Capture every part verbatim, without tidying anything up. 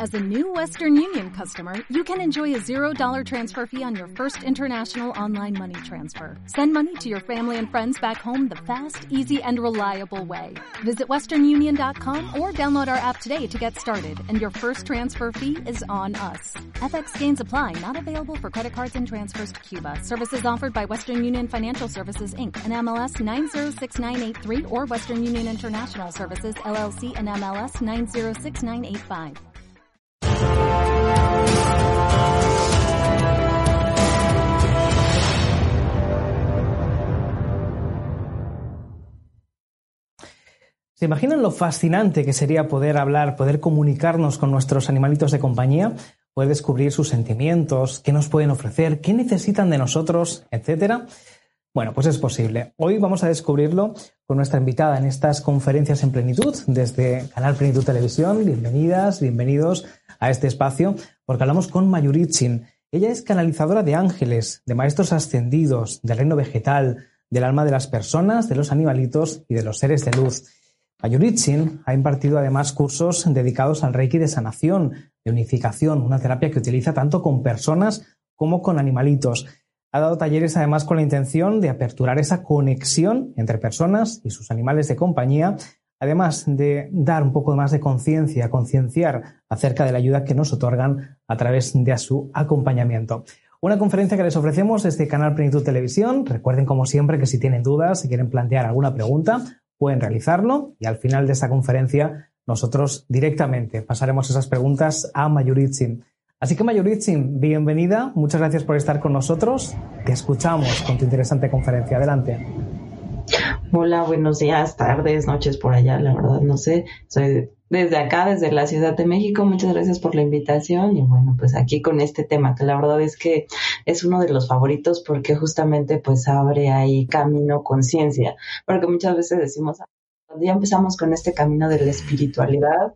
As a new Western Union customer, you can enjoy a zero dollars transfer fee on your first international online money transfer. Send money to your family and friends back home the fast, easy, and reliable way. Visit western union dot com or download our app today to get started, and your first transfer fee is on us. F X gains apply, not available for credit cards and transfers to Cuba. Services offered by Western Union Financial Services, Incorporated, and M L S nine zero six nine eight three or Western Union International Services, L L C, and M L S nine zero six nine eight five. ¿Se imaginan lo fascinante que sería poder hablar, poder comunicarnos con nuestros animalitos de compañía? Poder descubrir sus sentimientos, qué nos pueden ofrecer, qué necesitan de nosotros, etcétera. Bueno, pues es posible. Hoy vamos a descubrirlo con nuestra invitada en estas conferencias en Plenitud, desde Canal Plenitud Televisión. Bienvenidas, bienvenidos a este espacio, porque hablamos con Mayuri Chin. Ella es canalizadora de ángeles, de maestros ascendidos, del reino vegetal, del alma de las personas, de los animalitos y de los seres de luz. Mayuri Chin ha impartido además cursos dedicados al Reiki de sanación, de unificación, una terapia que utiliza tanto con personas como con animalitos. Ha dado talleres además con la intención de aperturar esa conexión entre personas y sus animales de compañía, además de dar un poco más de conciencia, concienciar acerca de la ayuda que nos otorgan a través de su acompañamiento. Una conferencia que les ofrecemos desde Canal Plenitud Televisión. Recuerden, como siempre, que si tienen dudas, si quieren plantear alguna pregunta, pueden realizarlo y al final de esta conferencia nosotros directamente pasaremos esas preguntas a Mayuri Chin. Así que Mayuri Chin, bienvenida, muchas gracias por estar con nosotros. Te escuchamos con tu interesante conferencia. Adelante. Hola, buenos días, tardes, noches por allá, la verdad no sé. Soy desde acá, desde la Ciudad de México. Muchas gracias por la invitación y bueno, pues aquí con este tema que la verdad es que es uno de los favoritos porque justamente pues abre ahí camino, conciencia, porque muchas veces decimos, cuando ya empezamos con este camino de la espiritualidad,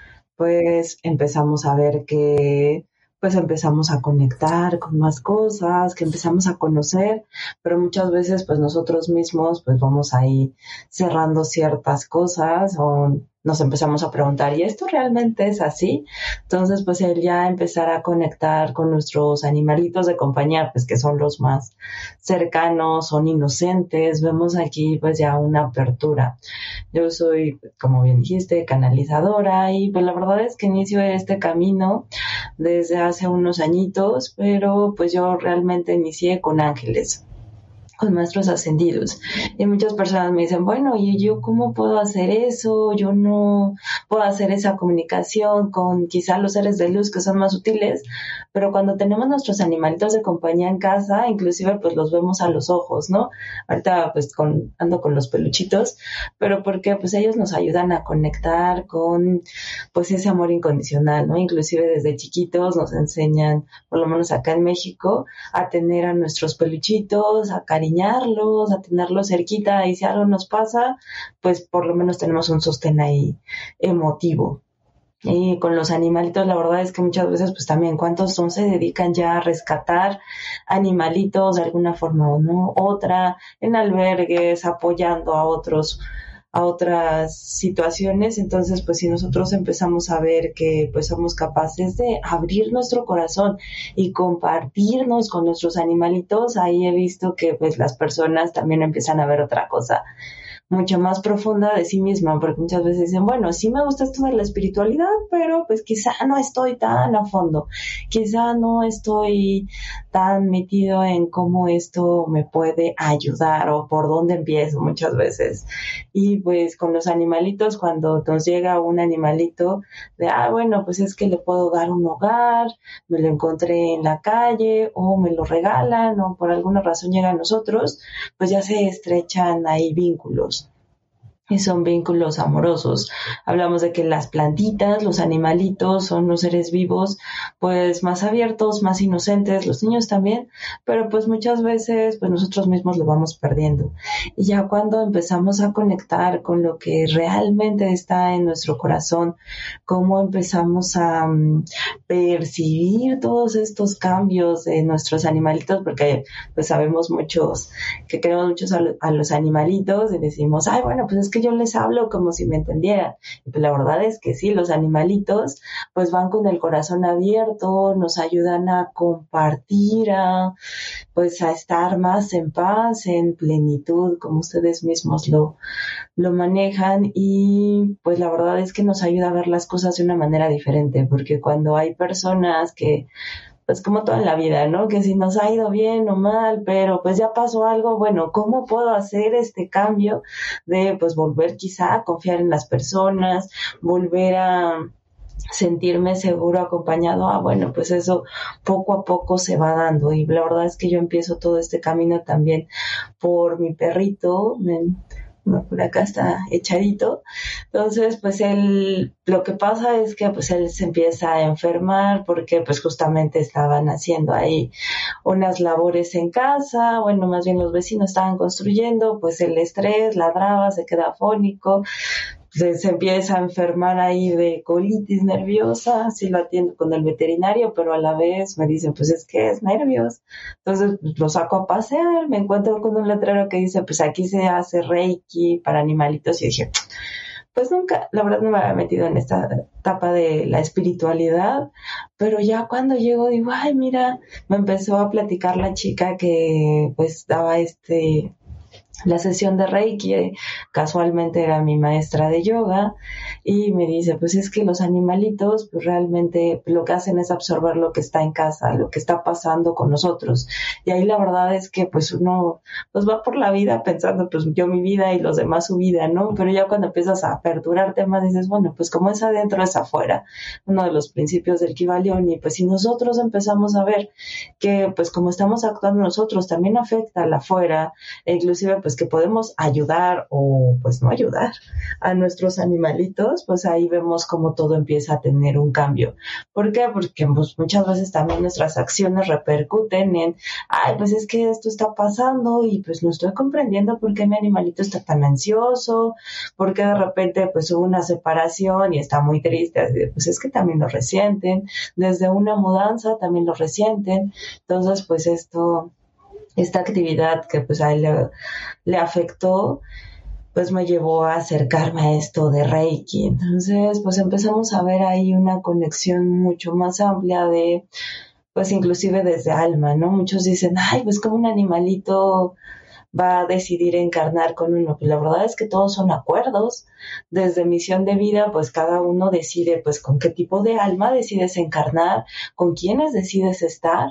pues empezamos a ver que pues empezamos a conectar con más cosas, que empezamos a conocer, pero muchas veces pues nosotros mismos pues vamos ahí cerrando ciertas cosas o nos empezamos a preguntar, ¿y esto realmente es así? Entonces, pues el ya empezar a conectar con nuestros animalitos de compañía, pues que son los más cercanos, son inocentes, vemos aquí pues ya una apertura. Yo soy, como bien dijiste, canalizadora y pues la verdad es que inicio este camino desde hace unos añitos, pero pues yo realmente inicié con ángeles, con maestros ascendidos. Y muchas personas me dicen, bueno, ¿y yo cómo puedo hacer eso? Yo no puedo hacer esa comunicación con quizá los seres de luz que son más sutiles, pero cuando tenemos nuestros animalitos de compañía en casa, inclusive pues los vemos a los ojos, ¿no? Ahorita pues con, ando con los peluchitos, pero porque pues ellos nos ayudan a conectar con pues ese amor incondicional, ¿no? Inclusive desde chiquitos nos enseñan, por lo menos acá en México, a tener a nuestros peluchitos, a cariñarlos, a tenerlos cerquita y si algo nos pasa, pues por lo menos tenemos un sostén ahí emotivo. Y con los animalitos, la verdad es que muchas veces, pues también, ¿cuántos no se dedican ya a rescatar animalitos de alguna forma o no? Otra, en albergues, apoyando a otros, a otras situaciones. Entonces, pues si nosotros empezamos a ver que pues somos capaces de abrir nuestro corazón y compartirnos con nuestros animalitos, ahí he visto que pues las personas también empiezan a ver otra cosa mucho más profunda de sí misma, porque muchas veces dicen, bueno, sí me gusta esto de la espiritualidad, pero pues quizá no estoy tan a fondo, quizá no estoy tan metido en cómo esto me puede ayudar o por dónde empiezo muchas veces. Y pues con los animalitos, cuando nos llega un animalito de, ah, bueno, pues es que le puedo dar un hogar, me lo encontré en la calle o me lo regalan o por alguna razón llega a nosotros, pues ya se estrechan ahí vínculos. Y son vínculos amorosos. Hablamos de que las plantitas, los animalitos son los seres vivos, pues más abiertos, más inocentes, los niños también, pero pues muchas veces pues nosotros mismos lo vamos perdiendo. Y ya cuando empezamos a conectar con lo que realmente está en nuestro corazón, cómo empezamos a um, percibir todos estos cambios de nuestros animalitos, porque pues sabemos muchos que queremos muchos a, lo, a los animalitos y decimos, ay, bueno, pues es que yo les hablo como si me entendieran. Y pues la verdad es que sí, los animalitos pues van con el corazón abierto, nos ayudan a compartir, a, pues a estar más en paz, en plenitud, como ustedes mismos lo, lo manejan, y pues la verdad es que nos ayuda a ver las cosas de una manera diferente, porque cuando hay personas que pues como todo en la vida, ¿no? Que si nos ha ido bien o mal, pero pues ya pasó algo, bueno, ¿cómo puedo hacer este cambio de pues volver quizá a confiar en las personas, volver a sentirme seguro acompañado? Ah, bueno, pues eso poco a poco se va dando, y la verdad es que yo empiezo todo este camino también por mi perrito. Me, por acá está echadito. Entonces, pues él, lo que pasa es que pues él se empieza a enfermar porque pues justamente estaban haciendo ahí unas labores en casa, bueno, más bien los vecinos estaban construyendo, pues el estrés, ladraba, se queda afónico, se, se empieza a enfermar ahí de colitis nerviosa, sí lo atiendo con el veterinario, pero a la vez me dicen, pues es que es nervios. Entonces pues, lo saco a pasear, me encuentro con un letrero que dice, pues aquí se hace Reiki para animalitos, y dije, pues nunca, la verdad no me había metido en esta etapa de la espiritualidad, pero ya cuando llego digo, ay, mira, me empezó a platicar la chica que pues daba este... la sesión de Reiki, casualmente era mi maestra de yoga, y me dice, pues es que los animalitos pues realmente lo que hacen es absorber lo que está en casa, lo que está pasando con nosotros, y ahí la verdad es que pues uno pues va por la vida pensando pues yo mi vida y los demás su vida, ¿no? Pero ya cuando empiezas a aperturar temas dices, bueno, pues como es adentro es afuera, uno de los principios del Kybalión, y pues si nosotros empezamos a ver que pues como estamos actuando nosotros también afecta al afuera, e inclusive pues que podemos ayudar o pues no ayudar a nuestros animalitos, pues ahí vemos cómo todo empieza a tener un cambio. ¿Por qué? Porque pues, muchas veces también nuestras acciones repercuten en, ay, pues es que esto está pasando y pues no estoy comprendiendo por qué mi animalito está tan ansioso, por qué de repente pues hubo una separación y está muy triste, pues es que también lo resienten, desde una mudanza también lo resienten. Entonces pues esto esta actividad que pues a él le, le afectó, pues me llevó a acercarme a esto de Reiki. Entonces, pues empezamos a ver ahí una conexión mucho más amplia de, pues inclusive desde alma, ¿no? Muchos dicen, ay, pues como un animalito va a decidir encarnar con uno. Pues la verdad es que todos son acuerdos. Desde misión de vida, pues cada uno decide pues con qué tipo de alma decides encarnar, con quiénes decides estar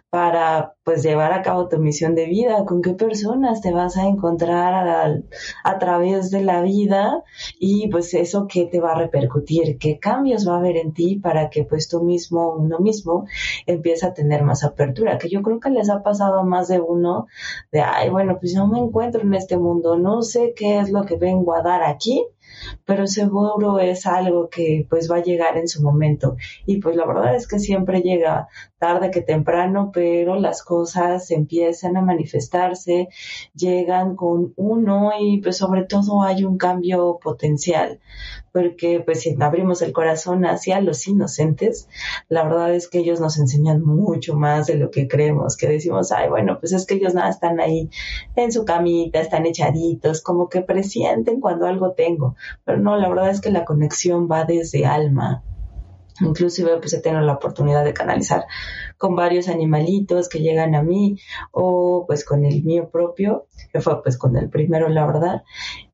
para pues llevar a cabo tu misión de vida, con qué personas te vas a encontrar a, a través de la vida, y pues eso qué te va a repercutir, qué cambios va a haber en ti para que pues tú mismo, uno mismo, empiece a tener más apertura, que yo creo que les ha pasado a más de uno de, ay, bueno, pues no me encuentro en este mundo, no sé qué es lo que vengo a dar aquí, pero seguro es algo que pues va a llegar en su momento, y pues la verdad es que siempre llega tarde que temprano, pero las cosas empiezan a manifestarse, llegan con uno, y pues sobre todo hay un cambio potencial, porque pues si abrimos el corazón hacia los inocentes, la verdad es que ellos nos enseñan mucho más de lo que creemos, que decimos, ay, bueno, pues es que ellos nada, están ahí en su camita, están echaditos, como que presienten cuando algo tengo, pero no, la verdad es que la conexión va desde alma. Inclusive pues he tenido la oportunidad de canalizar con varios animalitos que llegan a mí, o pues con el mío propio, que fue pues con el primero, la verdad.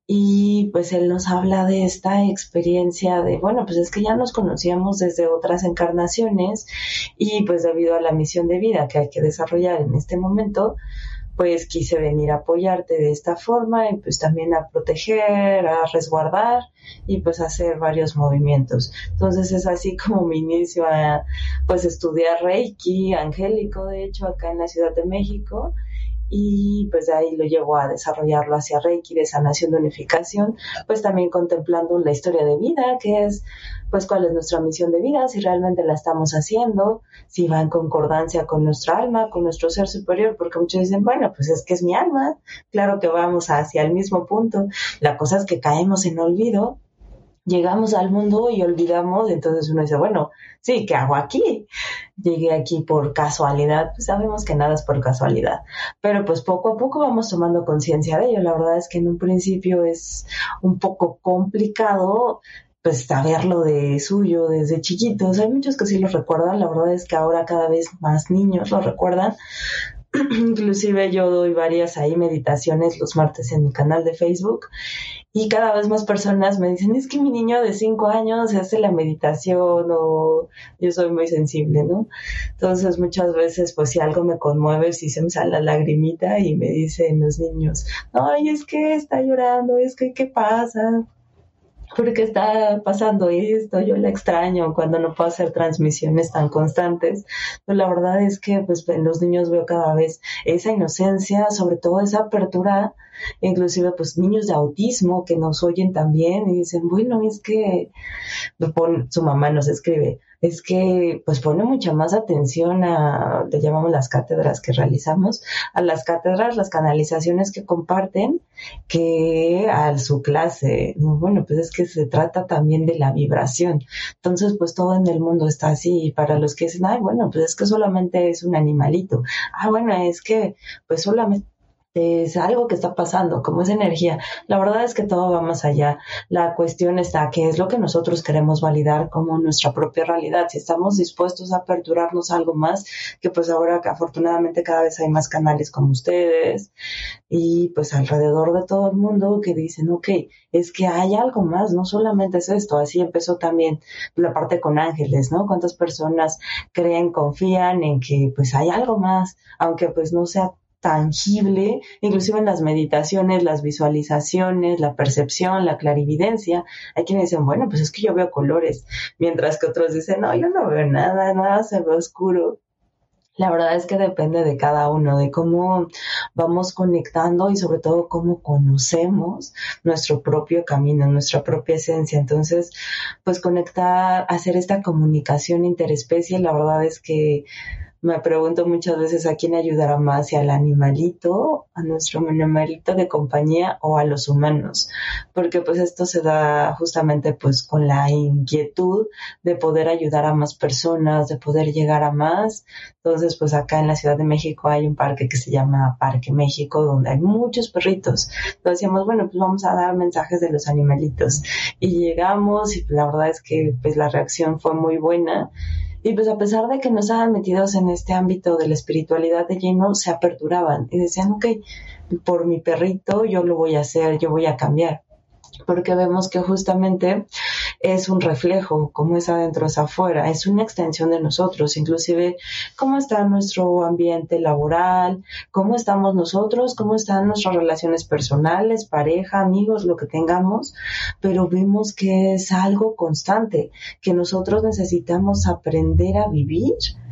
Y pues él nos habla de esta experiencia de, bueno, pues es que ya nos conocíamos desde otras encarnaciones, y pues debido a la misión de vida que hay que desarrollar en este momento, pues quise venir a apoyarte de esta forma, y pues también a proteger, a resguardar, y pues hacer varios movimientos. Entonces es así como mi inicio a pues estudiar Reiki angélico, de hecho, acá en la Ciudad de México, y pues de ahí lo llevo a desarrollarlo hacia Reiki de sanación de unificación, pues también contemplando la historia de vida, que es pues cuál es nuestra misión de vida, si realmente la estamos haciendo, si va en concordancia con nuestra alma, con nuestro ser superior, porque muchos dicen, bueno, pues es que es mi alma, claro que vamos hacia el mismo punto, la cosa es que caemos en olvido llegamos al mundo y olvidamos, entonces uno dice, bueno, sí, ¿qué hago aquí? Llegué aquí por casualidad, pues sabemos que nada es por casualidad, pero pues poco a poco vamos tomando conciencia de ello. La verdad es que en un principio es un poco complicado pues saberlo de suyo desde chiquitos. Hay muchos que sí lo recuerdan, la verdad es que ahora cada vez más niños lo recuerdan. Inclusive yo doy varias ahí meditaciones los martes en mi canal de Facebook y cada vez más personas me dicen, es que mi niño de cinco años hace la meditación, o yo soy muy sensible, ¿no? Entonces muchas veces pues si algo me conmueve, si se me sale la lagrimita y me dicen los niños, ay, es que está llorando, es que ¿qué pasa? Porque está pasando esto, yo la extraño cuando no puedo hacer transmisiones tan constantes. Pero la verdad es que pues en los niños veo cada vez esa inocencia, sobre todo esa apertura, inclusive pues niños de autismo que nos oyen también y dicen, bueno, es que su mamá nos escribe, es que pues pone mucha más atención a, le llamamos las cátedras que realizamos, a las cátedras, las canalizaciones que comparten, que a su clase. Bueno, pues es que se trata también de la vibración. Entonces, pues todo en el mundo está así. Y para los que dicen, ay, bueno, pues es que solamente es un animalito. Ah, bueno, es que pues solamente es algo que está pasando, como es energía. La verdad es que todo va más allá. La cuestión está que es lo que nosotros queremos validar como nuestra propia realidad. Si estamos dispuestos a aperturarnos a algo más, que pues ahora que afortunadamente cada vez hay más canales como ustedes y pues alrededor de todo el mundo que dicen, ok, es que hay algo más, no solamente es esto. Así empezó también la parte con ángeles, ¿no? Cuántas personas creen, confían en que pues hay algo más, aunque pues no sea tangible, inclusive en las meditaciones, las visualizaciones, la percepción, la clarividencia. Hay quienes dicen, bueno, pues es que yo veo colores, mientras que otros dicen, no, yo no veo nada, nada se ve oscuro. La verdad es que depende de cada uno, de cómo vamos conectando y sobre todo cómo conocemos nuestro propio camino, nuestra propia esencia. Entonces, pues conectar, hacer esta comunicación interespecie, la verdad es que me pregunto muchas veces a quién ayudará más, si al animalito, a nuestro animalito de compañía o a los humanos, porque pues esto se da justamente pues con la inquietud de poder ayudar a más personas, de poder llegar a más. Entonces pues acá en la Ciudad de México hay un parque que se llama Parque México, donde hay muchos perritos. Entonces decíamos, bueno, pues vamos a dar mensajes de los animalitos, y llegamos y la verdad es que pues la reacción fue muy buena. Y pues a pesar de que no estaban metidos en este ámbito de la espiritualidad de lleno, se aperturaban y decían, ok, por mi perrito yo lo voy a hacer, yo voy a cambiar. Porque vemos que justamente es un reflejo, como es adentro es afuera, es una extensión de nosotros, inclusive cómo está nuestro ambiente laboral, cómo estamos nosotros, cómo están nuestras relaciones personales, pareja, amigos, lo que tengamos, pero vemos que es algo constante, que nosotros necesitamos aprender a vivir.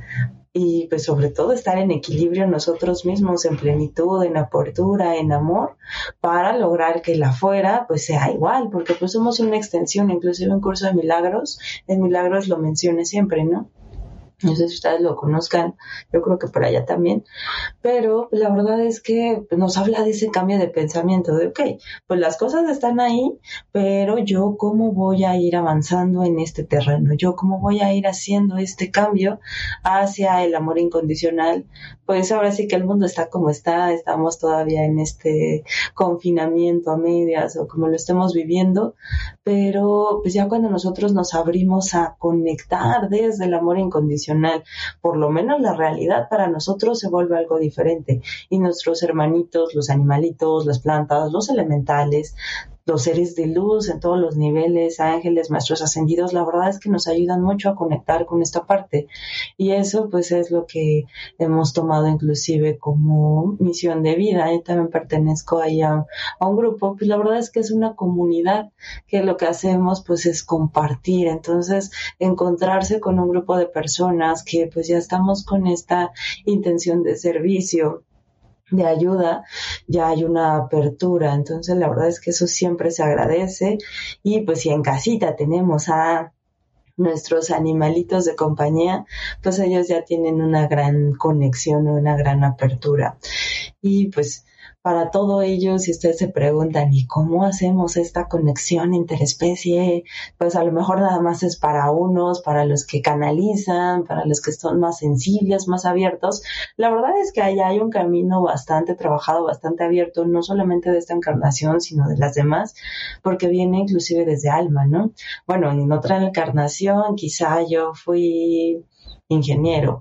Y pues sobre todo estar en equilibrio nosotros mismos, en plenitud, en apertura, en amor, para lograr que el afuera pues sea igual, porque pues somos una extensión. Inclusive en Curso de Milagros, en Milagros lo mencioné siempre, ¿no? No sé si ustedes lo conozcan, yo creo que por allá también, pero la verdad es que nos habla de ese cambio de pensamiento, de ok, pues las cosas están ahí, pero yo cómo voy a ir avanzando en este terreno, yo cómo voy a ir haciendo este cambio hacia el amor incondicional. Pues ahora sí que el mundo está como está, estamos todavía en este confinamiento a medias o como lo estemos viviendo, pero pues ya cuando nosotros nos abrimos a conectar desde el amor incondicional, por lo menos la realidad para nosotros se vuelve algo diferente, y nuestros hermanitos, los animalitos, las plantas, los elementales, los seres de luz en todos los niveles, ángeles, maestros ascendidos, la verdad es que nos ayudan mucho a conectar con esta parte, y eso pues es lo que hemos tomado inclusive como misión de vida. Yo también pertenezco ahí a, a un grupo, pues la verdad es que es una comunidad que lo que hacemos pues es compartir. Entonces encontrarse con un grupo de personas que pues ya estamos con esta intención de servicio, de ayuda, ya hay una apertura. Entonces la verdad es que eso siempre se agradece. Y pues si en casita tenemos a nuestros animalitos de compañía, pues ellos ya tienen una gran conexión, una gran apertura. Y pues para todo ello, si ustedes se preguntan, ¿y cómo hacemos esta conexión interespecie? Pues a lo mejor nada más es para unos, para los que canalizan, para los que son más sensibles, más abiertos. La verdad es que ahí hay un camino bastante trabajado, bastante abierto, no solamente de esta encarnación, sino de las demás, porque viene inclusive desde alma, ¿no? Bueno, en otra encarnación quizá yo fui ingeniero,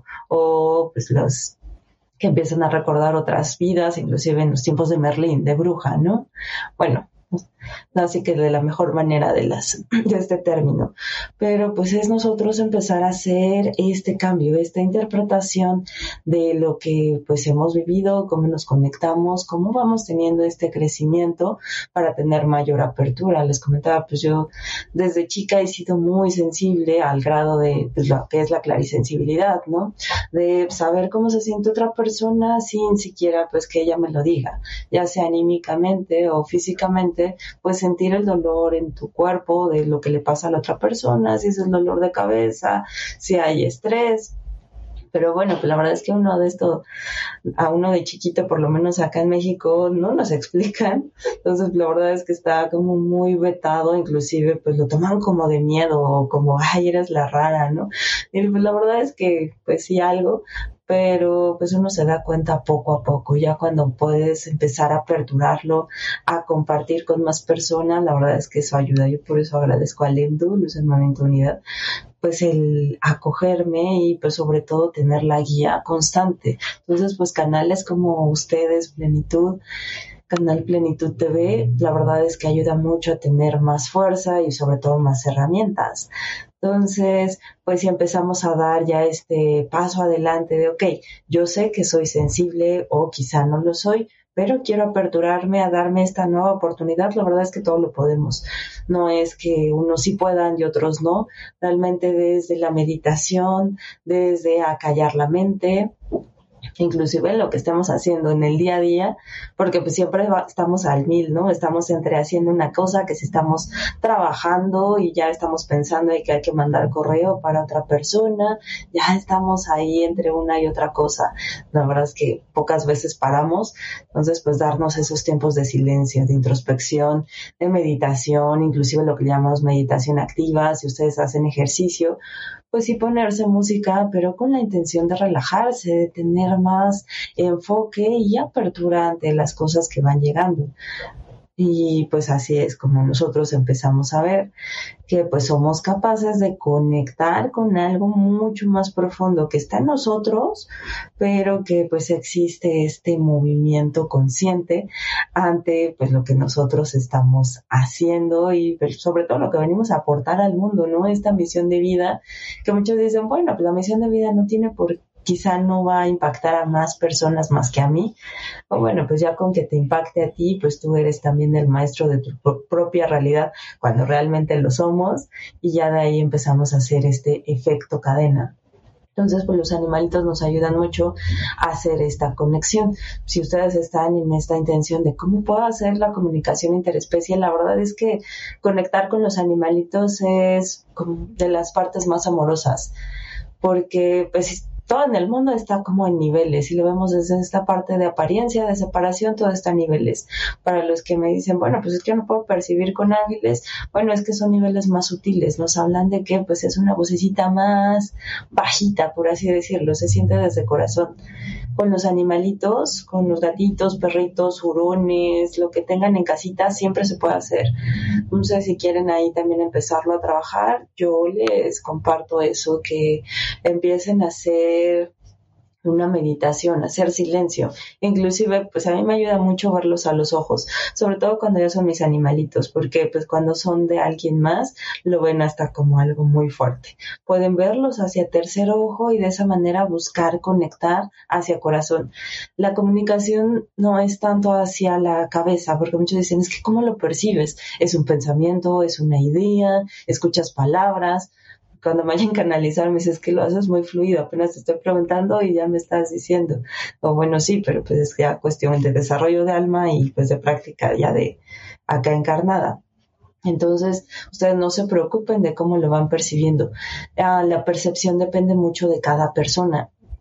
o pues los que empiezan a recordar otras vidas, inclusive en los tiempos de Merlín, de bruja, ¿no? Bueno, así que de la mejor manera de las de este término, pero pues es nosotros empezar a hacer este cambio, esta interpretación de lo que pues hemos vivido, cómo nos conectamos, cómo vamos teniendo este crecimiento para tener mayor apertura. Les comentaba, pues yo desde chica he sido muy sensible al grado de pues, lo que es la clarisensibilidad, ¿no? De saber cómo se siente otra persona sin siquiera pues que ella me lo diga, ya sea anímicamente o físicamente, pues sentir el dolor en tu cuerpo de lo que le pasa a la otra persona, si es el dolor de cabeza, si hay estrés. Pero bueno, pues la verdad es que uno de esto, a uno de chiquito, por lo menos acá en México, no nos explican. Entonces la verdad es que está como muy vetado, inclusive pues lo toman como de miedo o como, ay, eres la rara, ¿no? Y pues la verdad es que pues sí algo, pero pues uno se da cuenta poco a poco, ya cuando puedes empezar a aperturarlo, a compartir con más personas, la verdad es que eso ayuda. Yo por eso agradezco a Lemdu, Luz en Movimiento Unidad, pues el acogerme y pues sobre todo tener la guía constante. Entonces pues canales como ustedes, Plenitud, Canal Plenitud T V, la verdad es que ayuda mucho a tener más fuerza y sobre todo más herramientas. Entonces, pues si empezamos a dar ya este paso adelante de, ok, yo sé que soy sensible o quizá no lo soy, pero quiero aperturarme a darme esta nueva oportunidad, la verdad es que todo lo podemos. No es que unos sí puedan y otros no. Realmente desde la meditación, desde acallar la mente, inclusive lo que estemos haciendo en el día a día, porque pues siempre va, estamos al mil, ¿no? Estamos entre haciendo una cosa, que si estamos trabajando y ya estamos pensando en que hay que mandar correo para otra persona, ya estamos ahí entre una y otra cosa. La verdad es que pocas veces paramos, entonces pues darnos esos tiempos de silencio, de introspección, de meditación, inclusive lo que llamamos meditación activa, si ustedes hacen ejercicio, pues sí ponerse música, pero con la intención de relajarse, de tener más enfoque y apertura ante las cosas que van llegando. Y pues así es como nosotros empezamos a ver que pues somos capaces de conectar con algo mucho más profundo que está en nosotros, pero que pues existe este movimiento consciente ante pues lo que nosotros estamos haciendo y pues, sobre todo lo que venimos a aportar al mundo, ¿no? Esta misión de vida que muchos dicen, bueno, pues la misión de vida no tiene por quizá no va a impactar a más personas más que a mí, o bueno, pues ya con que te impacte a ti, pues tú eres también el maestro de tu propia realidad cuando realmente lo somos, y ya de ahí empezamos a hacer este efecto cadena. Entonces, pues los animalitos nos ayudan mucho a hacer esta conexión. Si ustedes están en esta intención de cómo puedo hacer la comunicación interespecie, la verdad es que conectar con los animalitos es como de las partes más amorosas, porque pues todo en el mundo está como en niveles, y lo vemos desde esta parte de apariencia, de separación, todo está en niveles. Para los que me dicen, bueno, pues es que yo no puedo percibir con ángeles, bueno, es que son niveles más sutiles, nos hablan de que pues es una vocecita más bajita, por así decirlo, se siente desde el corazón. Con los animalitos, con los gatitos, perritos, hurones, lo que tengan en casita, siempre se puede hacer. Entonces, si quieren ahí también empezarlo a trabajar, yo les comparto eso, que empiecen a hacer una meditación, hacer silencio. Inclusive, pues a mí me ayuda mucho verlos a los ojos, sobre todo cuando ya son mis animalitos, porque pues cuando son de alguien más, lo ven hasta como algo muy fuerte. Pueden verlos hacia tercer ojo y de esa manera buscar conectar hacia corazón. La comunicación no es tanto hacia la cabeza, porque muchos dicen, es que ¿cómo lo percibes? Es un pensamiento, es una idea, escuchas palabras. Cuando me vayan a canalizar me dices que lo haces muy fluido, apenas te estoy preguntando y ya me estás diciendo. O bueno, sí, pero pues es ya cuestión de desarrollo de alma y pues de práctica ya de acá encarnada. Entonces, ustedes no se preocupen de cómo lo van percibiendo. Ah, la percepción depende mucho de cada persona.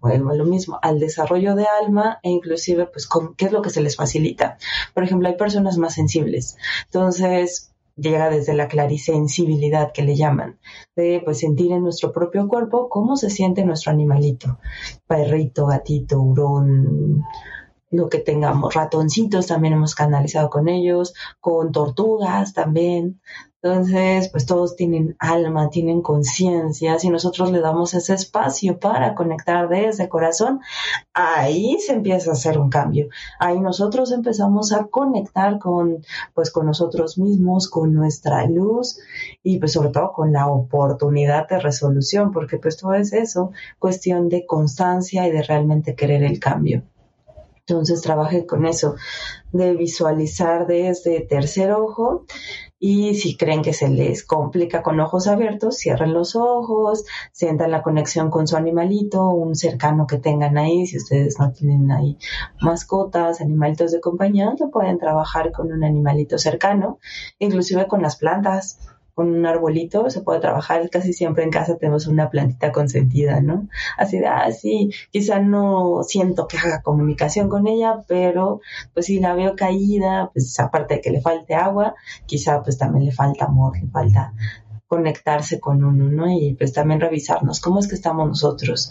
vuelvo a lo mismo, al desarrollo de alma e inclusive, pues, con, ¿qué es lo que se les facilita? Por ejemplo, hay personas más sensibles. Entonces, llega desde la clarisensibilidad que le llaman, de pues sentir en nuestro propio cuerpo cómo se siente nuestro animalito, perrito, gatito, hurón, lo que tengamos, ratoncitos también hemos canalizado con ellos, con tortugas también. Entonces, pues todos tienen alma, tienen conciencia. Si nosotros le damos ese espacio para conectar desde corazón, ahí se empieza a hacer un cambio. Ahí nosotros empezamos a conectar con, pues, con nosotros mismos, con nuestra luz y pues sobre todo con la oportunidad de resolución, porque pues todo es eso, cuestión de constancia y de realmente querer el cambio. Entonces trabajé con eso, de visualizar desde tercer ojo, y si creen que se les complica con ojos abiertos, cierren los ojos, sientan la conexión con su animalito, un cercano que tengan ahí. Si ustedes no tienen ahí mascotas, animalitos de compañía, no pueden trabajar con un animalito cercano, inclusive con las plantas. Con un arbolito se puede trabajar, casi siempre en casa tenemos una plantita consentida, ¿no? Así de, ah, sí, quizá no siento que haga comunicación con ella, pero pues si la veo caída, pues aparte de que le falte agua, quizá pues también le falta amor, le falta conectarse con uno, ¿no? Y pues también revisarnos cómo es que estamos nosotros.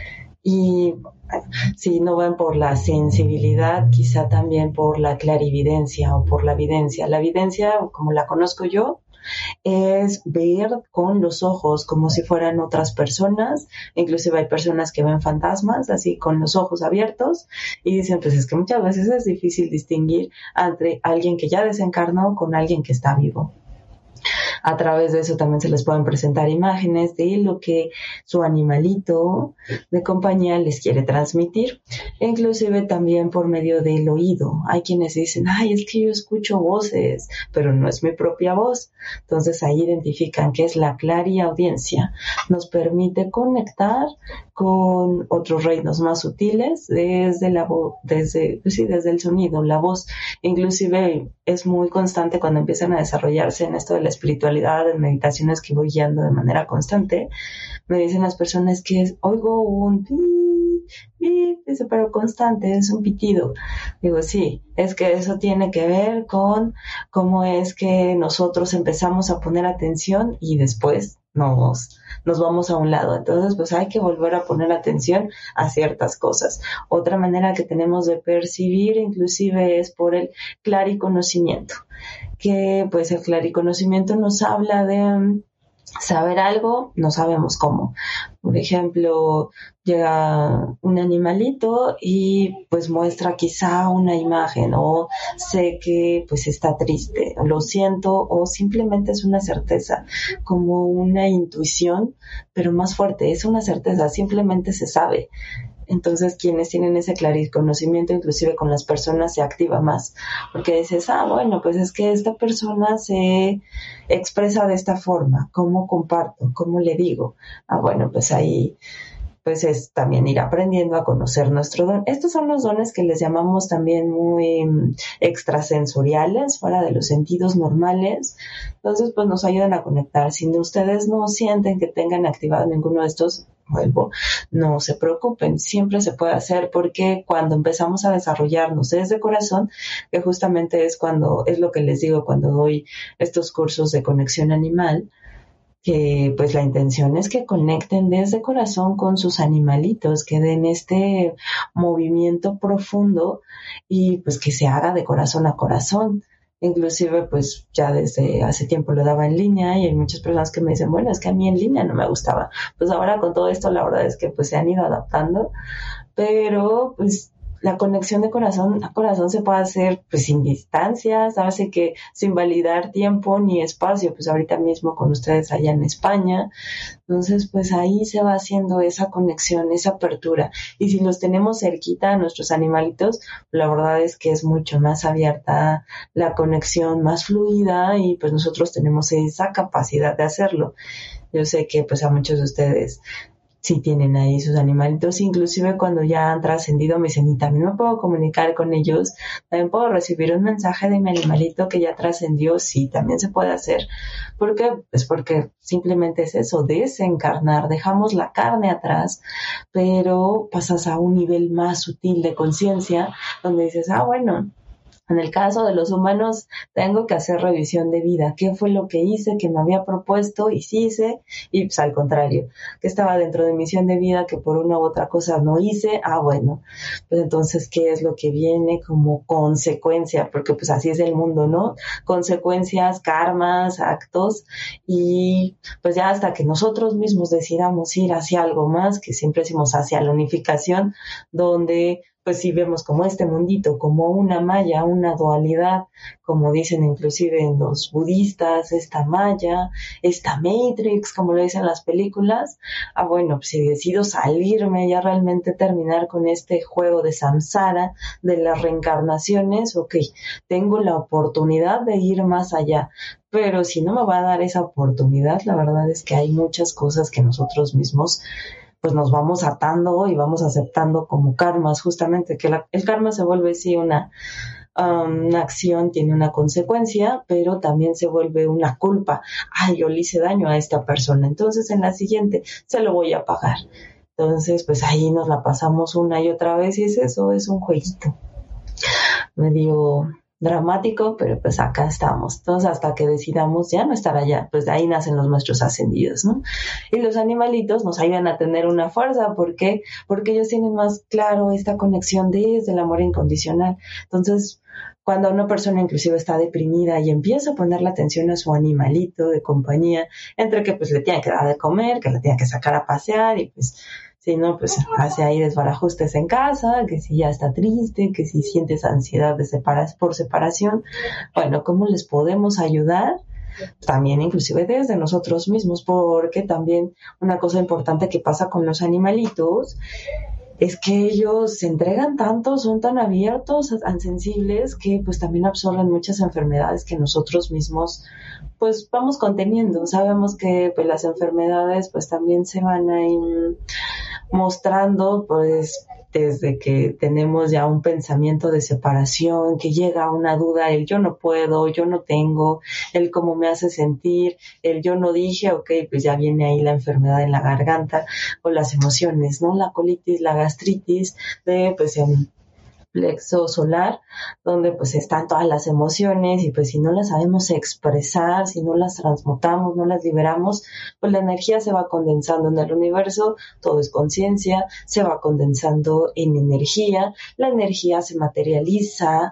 Y si no ven por la sensibilidad, quizá también por la clarividencia o por la videncia. La videncia, como la conozco yo, es ver con los ojos como si fueran otras personas. Inclusive hay personas que ven fantasmas así con los ojos abiertos y dicen, pues es que muchas veces es difícil distinguir entre alguien que ya desencarnó con alguien que está vivo. A través de eso también se les pueden presentar imágenes de lo que su animalito de compañía les quiere transmitir. E inclusive también por medio del oído. Hay quienes dicen, ay, es que yo escucho voces, pero no es mi propia voz. Entonces ahí identifican que es la clariaudiencia. Nos permite conectar con otros reinos más sutiles desde la voz, desde, pues sí, desde el sonido, la voz. Inclusive es muy constante cuando empiezan a desarrollarse en esto de la espiritualidad, en meditaciones que voy guiando de manera constante. Me dicen las personas que es, oigo un pi, pi, dice, pero constante, es un pitido. Digo, sí, es que eso tiene que ver con cómo es que nosotros empezamos a poner atención y después nos, nos vamos a un lado. Entonces, pues hay que volver a poner atención a ciertas cosas. Otra manera que tenemos de percibir inclusive es por el clariconocimiento, que pues el clariconocimiento nos habla de um, saber algo, no sabemos cómo. Por ejemplo, llega un animalito y pues muestra quizá una imagen, o sé que pues está triste, lo siento, o simplemente es una certeza, como una intuición, pero más fuerte, es una certeza, simplemente se sabe. Entonces, quienes tienen ese clariconocimiento, inclusive con las personas, se activa más. Porque dices, ah, bueno, pues es que esta persona se expresa de esta forma. ¿Cómo comparto? ¿Cómo le digo? Ah, bueno, pues ahí pues es también ir aprendiendo a conocer nuestro don. Estos son los dones que les llamamos también muy extrasensoriales, fuera de los sentidos normales. Entonces, pues nos ayudan a conectar. Si ustedes no sienten que tengan activado ninguno de estos, vuelvo, no se preocupen, siempre se puede hacer, porque cuando empezamos a desarrollarnos desde corazón, que justamente es cuando, es lo que les digo cuando doy estos cursos de conexión animal, que pues la intención es que conecten desde corazón con sus animalitos, que den este movimiento profundo y pues que se haga de corazón a corazón. Inclusive pues ya desde hace tiempo lo daba en línea y hay muchas personas que me dicen, bueno, es que a mí en línea no me gustaba. Pues ahora con todo esto la verdad es que pues se han ido adaptando, pero pues la conexión de corazón a corazón se puede hacer pues sin distancia, sabes que sin validar tiempo ni espacio, pues ahorita mismo con ustedes allá en España. Entonces pues ahí se va haciendo esa conexión, esa apertura, y si los tenemos cerquita a nuestros animalitos, la verdad es que es mucho más abierta la conexión, más fluida, y pues nosotros tenemos esa capacidad de hacerlo. Yo sé que pues a muchos de ustedes sí tienen ahí sus animalitos, inclusive cuando ya han trascendido me dicen, y también me puedo comunicar con ellos, también puedo recibir un mensaje de mi animalito que ya trascendió, sí, también se puede hacer. ¿Por qué? Pues porque simplemente es eso, desencarnar, dejamos la carne atrás, pero pasas a un nivel más sutil de conciencia, donde dices, ah, bueno, en el caso de los humanos, tengo que hacer revisión de vida. ¿Qué fue lo que hice, que me había propuesto y sí hice? Y pues al contrario, que estaba dentro de mi misión de vida que por una u otra cosa no hice. Ah, bueno, pues entonces, ¿qué es lo que viene como consecuencia? Porque pues así es el mundo, ¿no? Consecuencias, karmas, actos. Y pues ya hasta que nosotros mismos decidamos ir hacia algo más, que siempre decimos hacia la unificación, donde pues sí vemos como este mundito, como una maya, una dualidad, como dicen inclusive en los budistas, esta maya, esta matrix, como lo dicen las películas. Ah, bueno, pues si decido salirme, ya realmente terminar con este juego de samsara, de las reencarnaciones, ok, tengo la oportunidad de ir más allá. Pero si no me va a dar esa oportunidad, la verdad es que hay muchas cosas que nosotros mismos pues nos vamos atando y vamos aceptando como karmas, justamente, que la, el karma se vuelve sí una, um, una acción, tiene una consecuencia, pero también se vuelve una culpa. Ay, yo le hice daño a esta persona, entonces en la siguiente se lo voy a pagar. Entonces, pues ahí nos la pasamos una y otra vez y es eso, es un jueguito medio dramático, pero pues acá estamos. Entonces, hasta que decidamos ya no estar allá, pues de ahí nacen los maestros ascendidos, ¿no? Y los animalitos nos ayudan a tener una fuerza. ¿Por qué? Porque ellos tienen más claro esta conexión desde el amor incondicional. Entonces, cuando una persona inclusive está deprimida y empieza a poner la atención a su animalito de compañía, entre que pues le tiene que dar de comer, que le tiene que sacar a pasear y pues si no, pues hace ahí desbarajustes en casa, que si ya está triste, que si sientes ansiedad de separa- por separación. Bueno, ¿cómo les podemos ayudar? También inclusive desde nosotros mismos, porque también una cosa importante que pasa con los animalitos es que ellos se entregan tanto, son tan abiertos, tan sensibles, que pues también absorben muchas enfermedades que nosotros mismos pues vamos conteniendo. Sabemos que pues las enfermedades pues también se van a ir mostrando pues desde que tenemos ya un pensamiento de separación, que llega una duda, el yo no puedo, yo no tengo, el cómo me hace sentir, el yo no dije, ok, pues ya viene ahí la enfermedad en la garganta, o las emociones, ¿no? La colitis, la gastritis, de pues en plexo solar, donde pues están todas las emociones y pues si no las sabemos expresar, si no las transmutamos, no las liberamos, pues la energía se va condensando en el universo, todo es conciencia, se va condensando en energía, la energía se materializa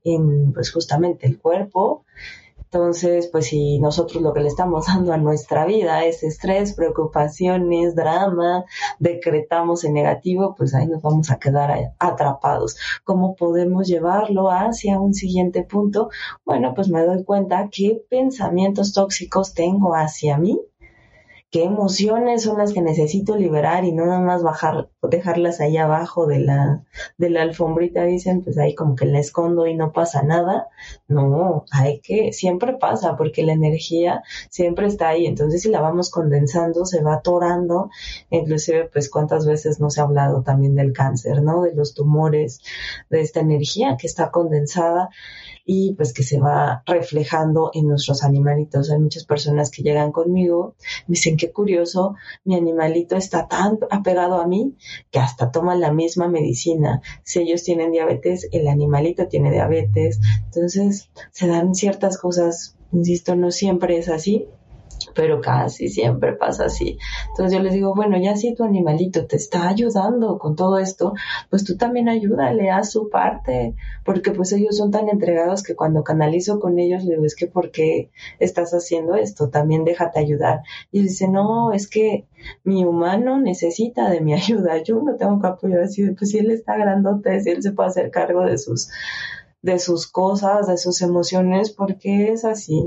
en pues justamente el cuerpo. Entonces, pues si nosotros lo que le estamos dando a nuestra vida es estrés, preocupaciones, drama, decretamos en negativo, pues ahí nos vamos a quedar atrapados. ¿Cómo podemos llevarlo hacia un siguiente punto? Bueno, pues me doy cuenta qué pensamientos tóxicos tengo hacia mí, qué emociones son las que necesito liberar y no nada más bajar, dejarlas ahí abajo de la, de la alfombrita, dicen, pues ahí como que la escondo y no pasa nada. No, hay que, siempre pasa porque la energía siempre está ahí. Entonces si la vamos condensando, se va atorando. Inclusive, pues cuántas veces no se ha hablado también del cáncer, ¿no? De los tumores, de esta energía que está condensada y pues que se va reflejando en nuestros animalitos. Hay muchas personas que llegan conmigo, me dicen, qué curioso, mi animalito está tan apegado a mí que hasta toma la misma medicina. Si ellos tienen diabetes, el animalito tiene diabetes. Entonces se dan ciertas cosas, insisto, no siempre es así, pero casi siempre pasa así. Entonces yo les digo, bueno, ya si tu animalito te está ayudando con todo esto, pues tú también ayúdale, haz su parte, porque pues ellos son tan entregados que cuando canalizo con ellos, les digo, es que ¿por qué estás haciendo esto? También déjate ayudar. Y dice, no, es que mi humano necesita de mi ayuda, yo no tengo que apoyar así, pues si él está grandote, si él se puede hacer cargo de sus, de sus cosas, de sus emociones, porque es así.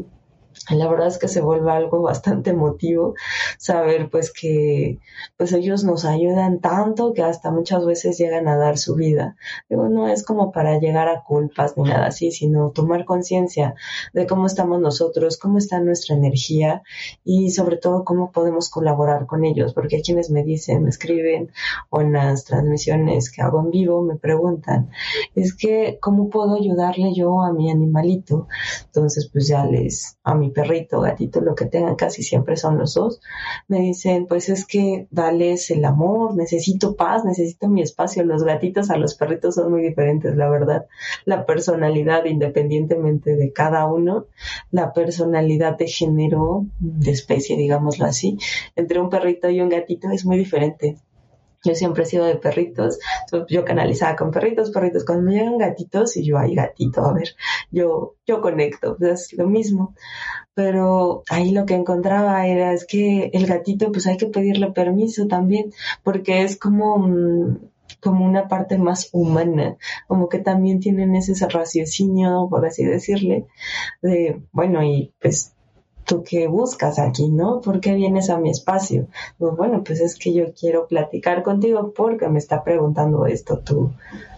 La verdad es que se vuelve algo bastante emotivo saber pues que pues ellos nos ayudan tanto que hasta muchas veces llegan a dar su vida. Digo, no es como para llegar a culpas ni nada así, sino tomar conciencia de cómo estamos nosotros, cómo está nuestra energía y sobre todo cómo podemos colaborar con ellos, porque hay quienes me dicen, me escriben o en las transmisiones que hago en vivo me preguntan, es que ¿cómo puedo ayudarle yo a mi animalito? Entonces pues ya les, a mi perrito, gatito, lo que tengan, casi siempre son los dos, me dicen, pues es que dales el amor, necesito paz, necesito mi espacio. Los gatitos a los perritos son muy diferentes, la verdad. La personalidad, independientemente de cada uno, la personalidad de género, de especie, digámoslo así, entre un perrito y un gatito es muy diferente. Yo siempre he sido de perritos, yo canalizaba con perritos, perritos, cuando me llegan gatitos y yo, ay gatito, a ver, yo, yo conecto, pues es lo mismo. Pero ahí lo que encontraba era es que el gatito pues hay que pedirle permiso también, porque es como, como una parte más humana, como que también tienen ese raciocinio, por así decirle, de, bueno, y pues ¿tú qué buscas aquí, no? ¿Por qué vienes a mi espacio? Pues bueno, pues es que yo quiero platicar contigo porque me está preguntando esto tú.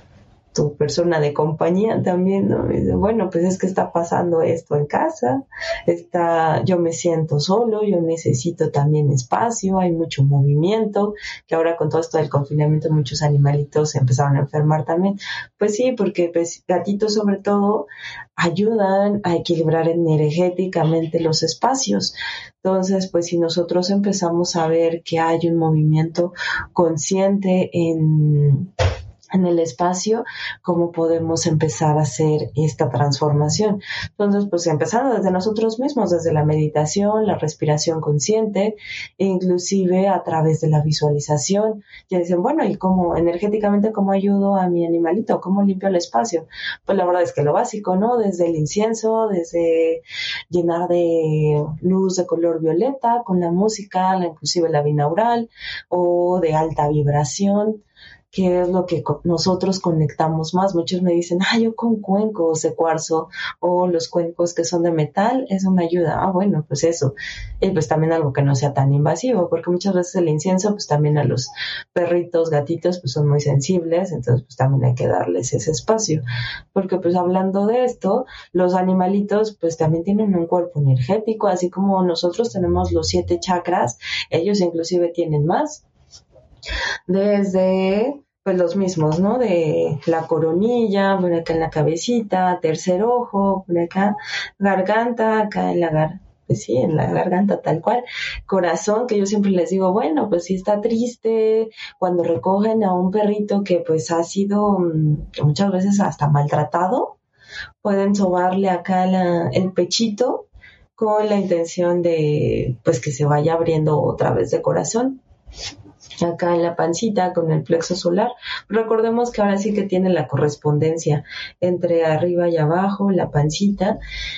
Tu persona de compañía también, ¿no? Y dice, bueno, pues es que está pasando esto en casa, está, yo me siento solo, yo necesito también espacio, hay mucho movimiento, que ahora con todo esto del confinamiento muchos animalitos se empezaron a enfermar también. Pues sí, porque pues, gatitos sobre todo ayudan a equilibrar energéticamente los espacios. Entonces, pues si nosotros empezamos a ver que hay un movimiento consciente en en el espacio, cómo podemos empezar a hacer esta transformación. Entonces, pues empezando desde nosotros mismos, desde la meditación, la respiración consciente, e inclusive a través de la visualización. Ya dicen, bueno, ¿y cómo energéticamente cómo ayudo a mi animalito? ¿Cómo limpio el espacio? Pues la verdad es que lo básico, ¿no? Desde el incienso, desde llenar de luz de color violeta con la música, inclusive la binaural, o de alta vibración, que es lo que nosotros conectamos más. Muchos me dicen, ah, yo con cuencos de cuarzo o los cuencos que son de metal, eso me ayuda. Ah, bueno, pues eso. Y pues también algo que no sea tan invasivo, porque muchas veces el incienso, pues también a los perritos, gatitos, pues son muy sensibles, entonces pues también hay que darles ese espacio. Porque pues hablando de esto, los animalitos pues también tienen un cuerpo energético, así como nosotros tenemos los siete chakras, ellos inclusive tienen más. Desde pues los mismos, ¿no? De la coronilla, por acá en la cabecita, tercer ojo, por acá, garganta, acá en la gar, pues sí, en la garganta tal cual, corazón, que yo siempre les digo, bueno, pues si está triste, cuando recogen a un perrito que pues ha sido muchas veces hasta maltratado, pueden sobarle acá la, el pechito con la intención de pues que se vaya abriendo otra vez de corazón. Acá en la pancita con el plexo solar. Recordemos que ahora sí que tiene la correspondencia entre arriba y abajo, la pancita.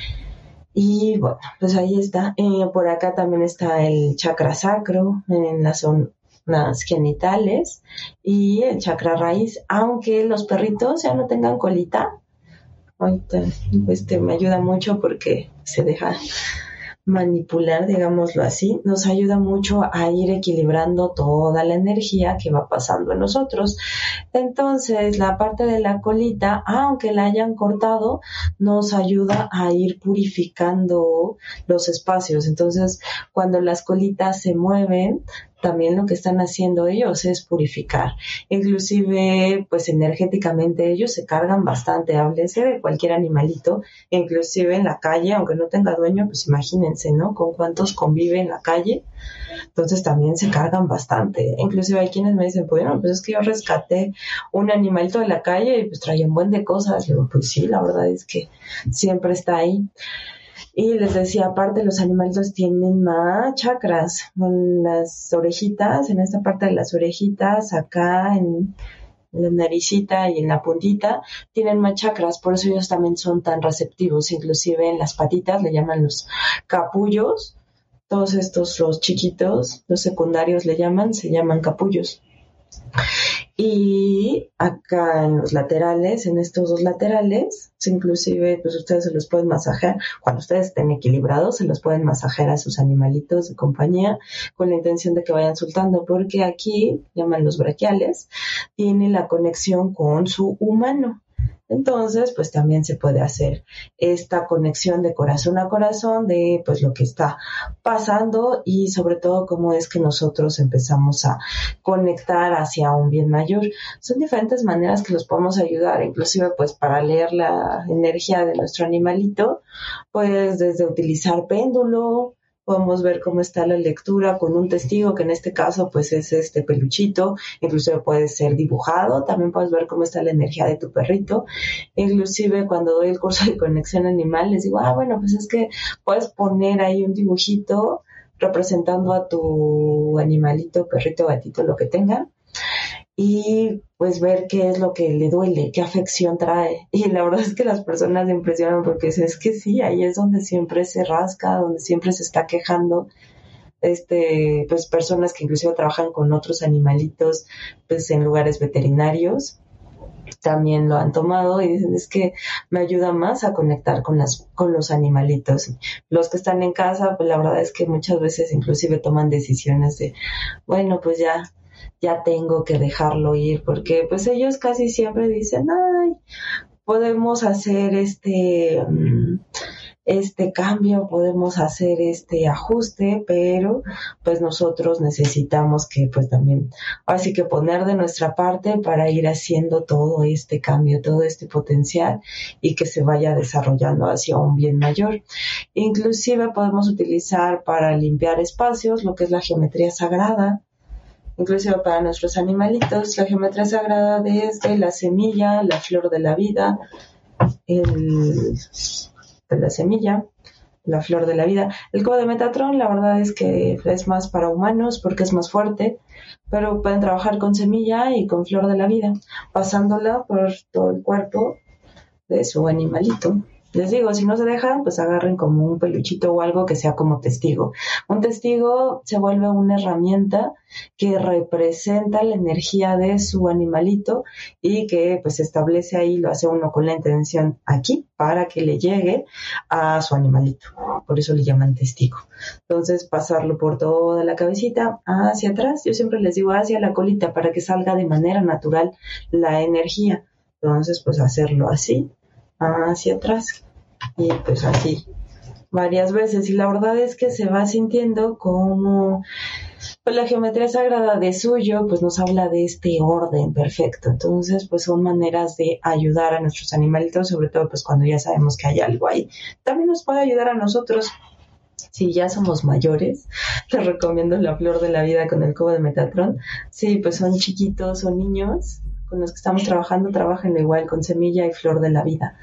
Y bueno, pues ahí está. Eh, por acá también está el chakra sacro en las zonas genitales y el chakra raíz. Aunque los perritos ya no tengan colita, ahorita este me ayuda mucho porque se deja manipular, digámoslo así, nos ayuda mucho a ir equilibrando toda la energía que va pasando en nosotros. Entonces, la parte de la colita, aunque la hayan cortado, nos ayuda a ir purificando los espacios. Entonces, cuando las colitas se mueven, también lo que están haciendo ellos es purificar. Inclusive, pues energéticamente ellos se cargan bastante. Háblese de cualquier animalito, inclusive en la calle, aunque no tenga dueño, pues imagínense, ¿no? Con cuántos convive en la calle. Entonces también se cargan bastante. Inclusive hay quienes me dicen, bueno, pues es que yo rescaté un animalito de la calle y pues traía un buen de cosas. Y digo, pues sí, la verdad es que siempre está ahí. Y les decía, aparte los animalitos tienen más chakras en las orejitas, en esta parte de las orejitas, acá en la naricita y en la puntita, tienen más chakras, por eso ellos también son tan receptivos, inclusive en las patitas, le llaman los capullos, todos estos, los chiquitos, los secundarios le llaman, se llaman capullos. Y acá en los laterales, en estos dos laterales, inclusive pues ustedes se los pueden masajear, cuando ustedes estén equilibrados, se los pueden masajear a sus animalitos de compañía con la intención de que vayan soltando, porque aquí, llaman los braquiales, tiene la conexión con su humano. Entonces, pues también se puede hacer esta conexión de corazón a corazón de pues lo que está pasando y sobre todo cómo es que nosotros empezamos a conectar hacia un bien mayor. Son diferentes maneras que los podemos ayudar, inclusive pues para leer la energía de nuestro animalito, pues desde utilizar péndulo. Podemos ver cómo está la lectura con un testigo, que en este caso pues es este peluchito, inclusive puede ser dibujado, también puedes ver cómo está la energía de tu perrito. Inclusive cuando doy el curso de conexión animal les digo, ah bueno, pues es que puedes poner ahí un dibujito representando a tu animalito, perrito, gatito, lo que tenga, y pues ver qué es lo que le duele, qué afección trae. Y la verdad es que las personas se impresionan porque es que sí, ahí es donde siempre se rasca, donde siempre se está quejando. Este, pues personas que inclusive trabajan con otros animalitos pues en lugares veterinarios también lo han tomado y dicen, es que me ayuda más a conectar con las con los animalitos. Los que están en casa, pues la verdad es que muchas veces inclusive toman decisiones de, bueno, pues ya ya tengo que dejarlo ir, porque pues ellos casi siempre dicen, ay, podemos hacer este este cambio, podemos hacer este ajuste, pero pues nosotros necesitamos que pues también, así que poner de nuestra parte para ir haciendo todo este cambio, todo este potencial y que se vaya desarrollando hacia un bien mayor. Inclusive podemos utilizar para limpiar espacios lo que es la geometría sagrada. Inclusive para nuestros animalitos, la geometría sagrada desde la semilla, la flor de la vida, el, de la semilla, la flor de la vida. El cubo de Metatron, la verdad es que es más para humanos porque es más fuerte, pero pueden trabajar con semilla y con flor de la vida, pasándola por todo el cuerpo de su animalito. Les digo, si no se dejan, pues agarren como un peluchito o algo que sea como testigo. Un testigo se vuelve una herramienta que representa la energía de su animalito y que pues establece ahí, lo hace uno con la intención aquí para que le llegue a su animalito. Por eso le llaman testigo. Entonces pasarlo por toda la cabecita hacia atrás. Yo siempre les digo hacia la colita para que salga de manera natural la energía. Entonces pues hacerlo así, hacia atrás. Y pues así varias veces, y la verdad es que se va sintiendo como pues la geometría sagrada de suyo pues nos habla de este orden perfecto. Entonces pues son maneras de ayudar a nuestros animalitos, sobre todo pues cuando ya sabemos que hay algo ahí. También nos puede ayudar a nosotros. Si ya somos mayores, les recomiendo la flor de la vida con el cubo de Metatron. Sí, pues son chiquitos, son niños con los que estamos trabajando, trabajenlo igual con semilla y flor de la vida.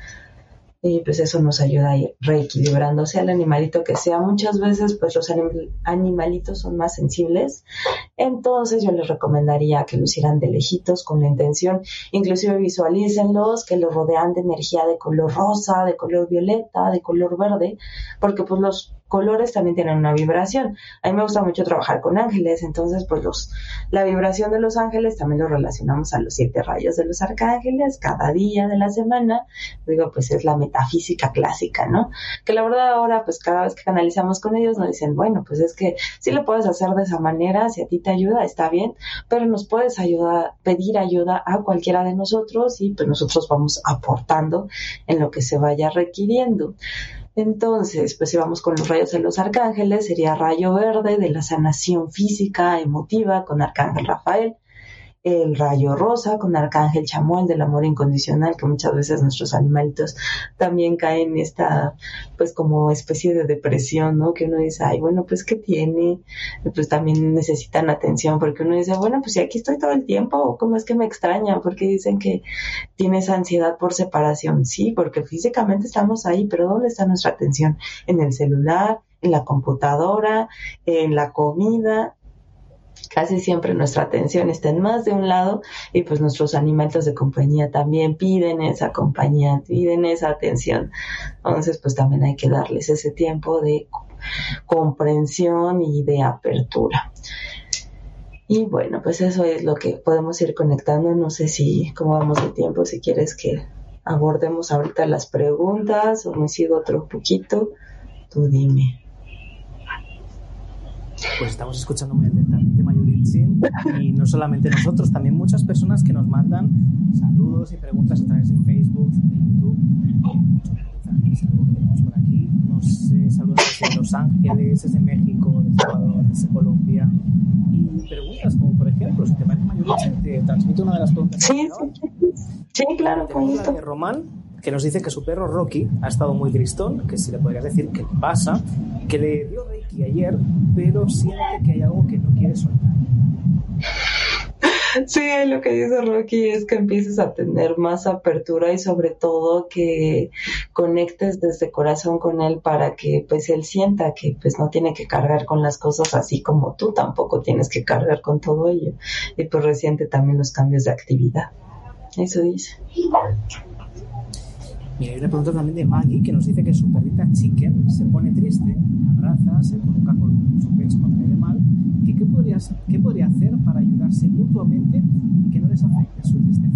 Y pues eso nos ayuda a ir reequilibrándose al animalito que sea. Muchas veces pues los anim- animalitos son más sensibles, entonces yo les recomendaría que lo hicieran de lejitos con la intención, inclusive visualícenlos, que los rodean de energía de color rosa, de color violeta, de color verde, porque pues los colores también tienen una vibración. A mí me gusta mucho trabajar con ángeles, entonces pues los la vibración de los ángeles también lo relacionamos a los siete rayos de los arcángeles cada día de la semana. Digo, pues es la metafísica clásica, ¿no? Que la verdad ahora pues cada vez que canalizamos con ellos nos dicen, bueno, pues es que sí lo puedes hacer de esa manera, si a ti te ayuda está bien, pero nos puedes ayudar, pedir ayuda a cualquiera de nosotros y pues nosotros vamos aportando en lo que se vaya requiriendo. Entonces, pues si vamos con los rayos de los arcángeles, sería rayo verde de la sanación física, emotiva, con Arcángel Rafael. El rayo rosa con Arcángel Chamuel del amor incondicional, que muchas veces nuestros animalitos también caen en esta, pues como especie de depresión, ¿no? Que uno dice, ay, bueno, pues ¿qué tiene? Pues también necesitan atención, porque uno dice, bueno, pues si aquí estoy todo el tiempo, ¿cómo es que me extrañan? Porque dicen que tienes ansiedad por separación. Sí, porque físicamente estamos ahí, pero ¿dónde está nuestra atención? En el celular, en la computadora, en la comida. Casi siempre nuestra atención está en más de un lado y pues nuestros animalitos de compañía también piden esa compañía, piden esa atención. Entonces pues también hay que darles ese tiempo de comprensión y de apertura. Y bueno, pues eso es lo que podemos ir conectando. No sé si, cómo vamos de tiempo, si quieres que abordemos ahorita las preguntas o me sigo otro poquito, tú dime. Pues estamos escuchando muy atentamente Mayuritzin, y no solamente nosotros, también muchas personas que nos mandan saludos y preguntas a través de Facebook, de YouTube. Muchos mensajes que tenemos por aquí. Nos eh, saludan desde Los Ángeles, desde México, desde Ecuador, desde Colombia. Y preguntas como, por ejemplo, si te parece, Mayuritzin, te transmito una de las preguntas. Sí, sí, sí, claro, con Tenemos gusto. la de Román, que nos dice que su perro Rocky ha estado muy tristón, que si le podrías decir qué pasa, que le dio Reiki ayer, pero siente que hay algo que no quiere soltar. Sí, lo que dice Rocky es que empieces a tener más apertura y sobre todo que conectes desde corazón con él para que pues él sienta que pues no tiene que cargar con las cosas así como tú tampoco tienes que cargar con todo ello. Y pues resiente también los cambios de actividad. Eso dice. Mira, hay una pregunta también de Maggie que nos dice que su perrita Chicken se pone triste, abraza, se coloca con su pecho cuando le ve mal, que qué podría, qué podría hacer para ayudarse mutuamente y que no les afecte su tristeza.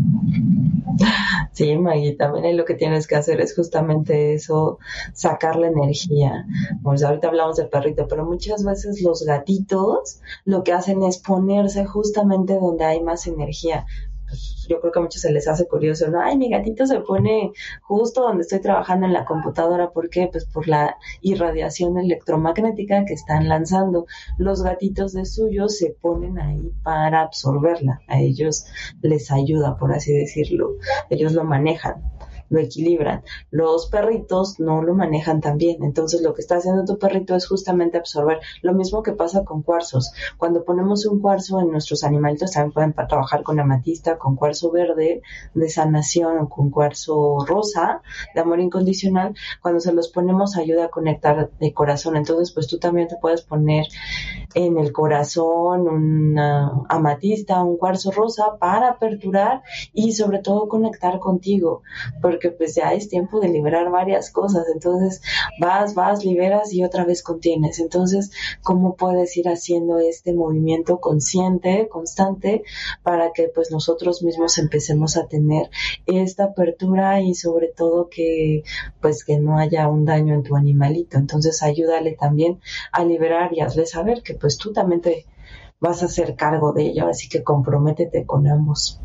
Sí, Maggie, también lo que tienes que hacer es justamente eso, sacar la energía. Pues ahorita hablamos del perrito, pero muchas veces los gatitos lo que hacen es ponerse justamente donde hay más energía. Pues yo creo que a muchos se les hace curioso, ¿no? Ay, mi gatito se pone justo donde estoy trabajando en la computadora. ¿Por qué? Pues por la irradiación electromagnética que están lanzando. Los gatitos de suyo se ponen ahí para absorberla. A ellos les ayuda, por así decirlo. Ellos lo manejan, lo equilibran. Los perritos no lo manejan tan bien. Entonces lo que está haciendo tu perrito es justamente absorber. Lo mismo que pasa con cuarzos. Cuando ponemos un cuarzo en nuestros animalitos, también pueden trabajar con amatista, con cuarzo verde de sanación o con cuarzo rosa de amor incondicional. Cuando se los ponemos ayuda a conectar de corazón. Entonces pues tú también te puedes poner en el corazón una amatista, un cuarzo rosa para aperturar y sobre todo conectar contigo, porque pues ya es tiempo de liberar varias cosas. Entonces vas, vas, liberas y otra vez contienes. Entonces, ¿cómo puedes ir haciendo este movimiento consciente, constante, para que pues nosotros mismos empecemos a tener esta apertura y sobre todo que pues que no haya un daño en tu animalito? Entonces ayúdale también a liberar y hazle saber que pues tú también te vas a hacer cargo de ello, así que comprométete con ambos.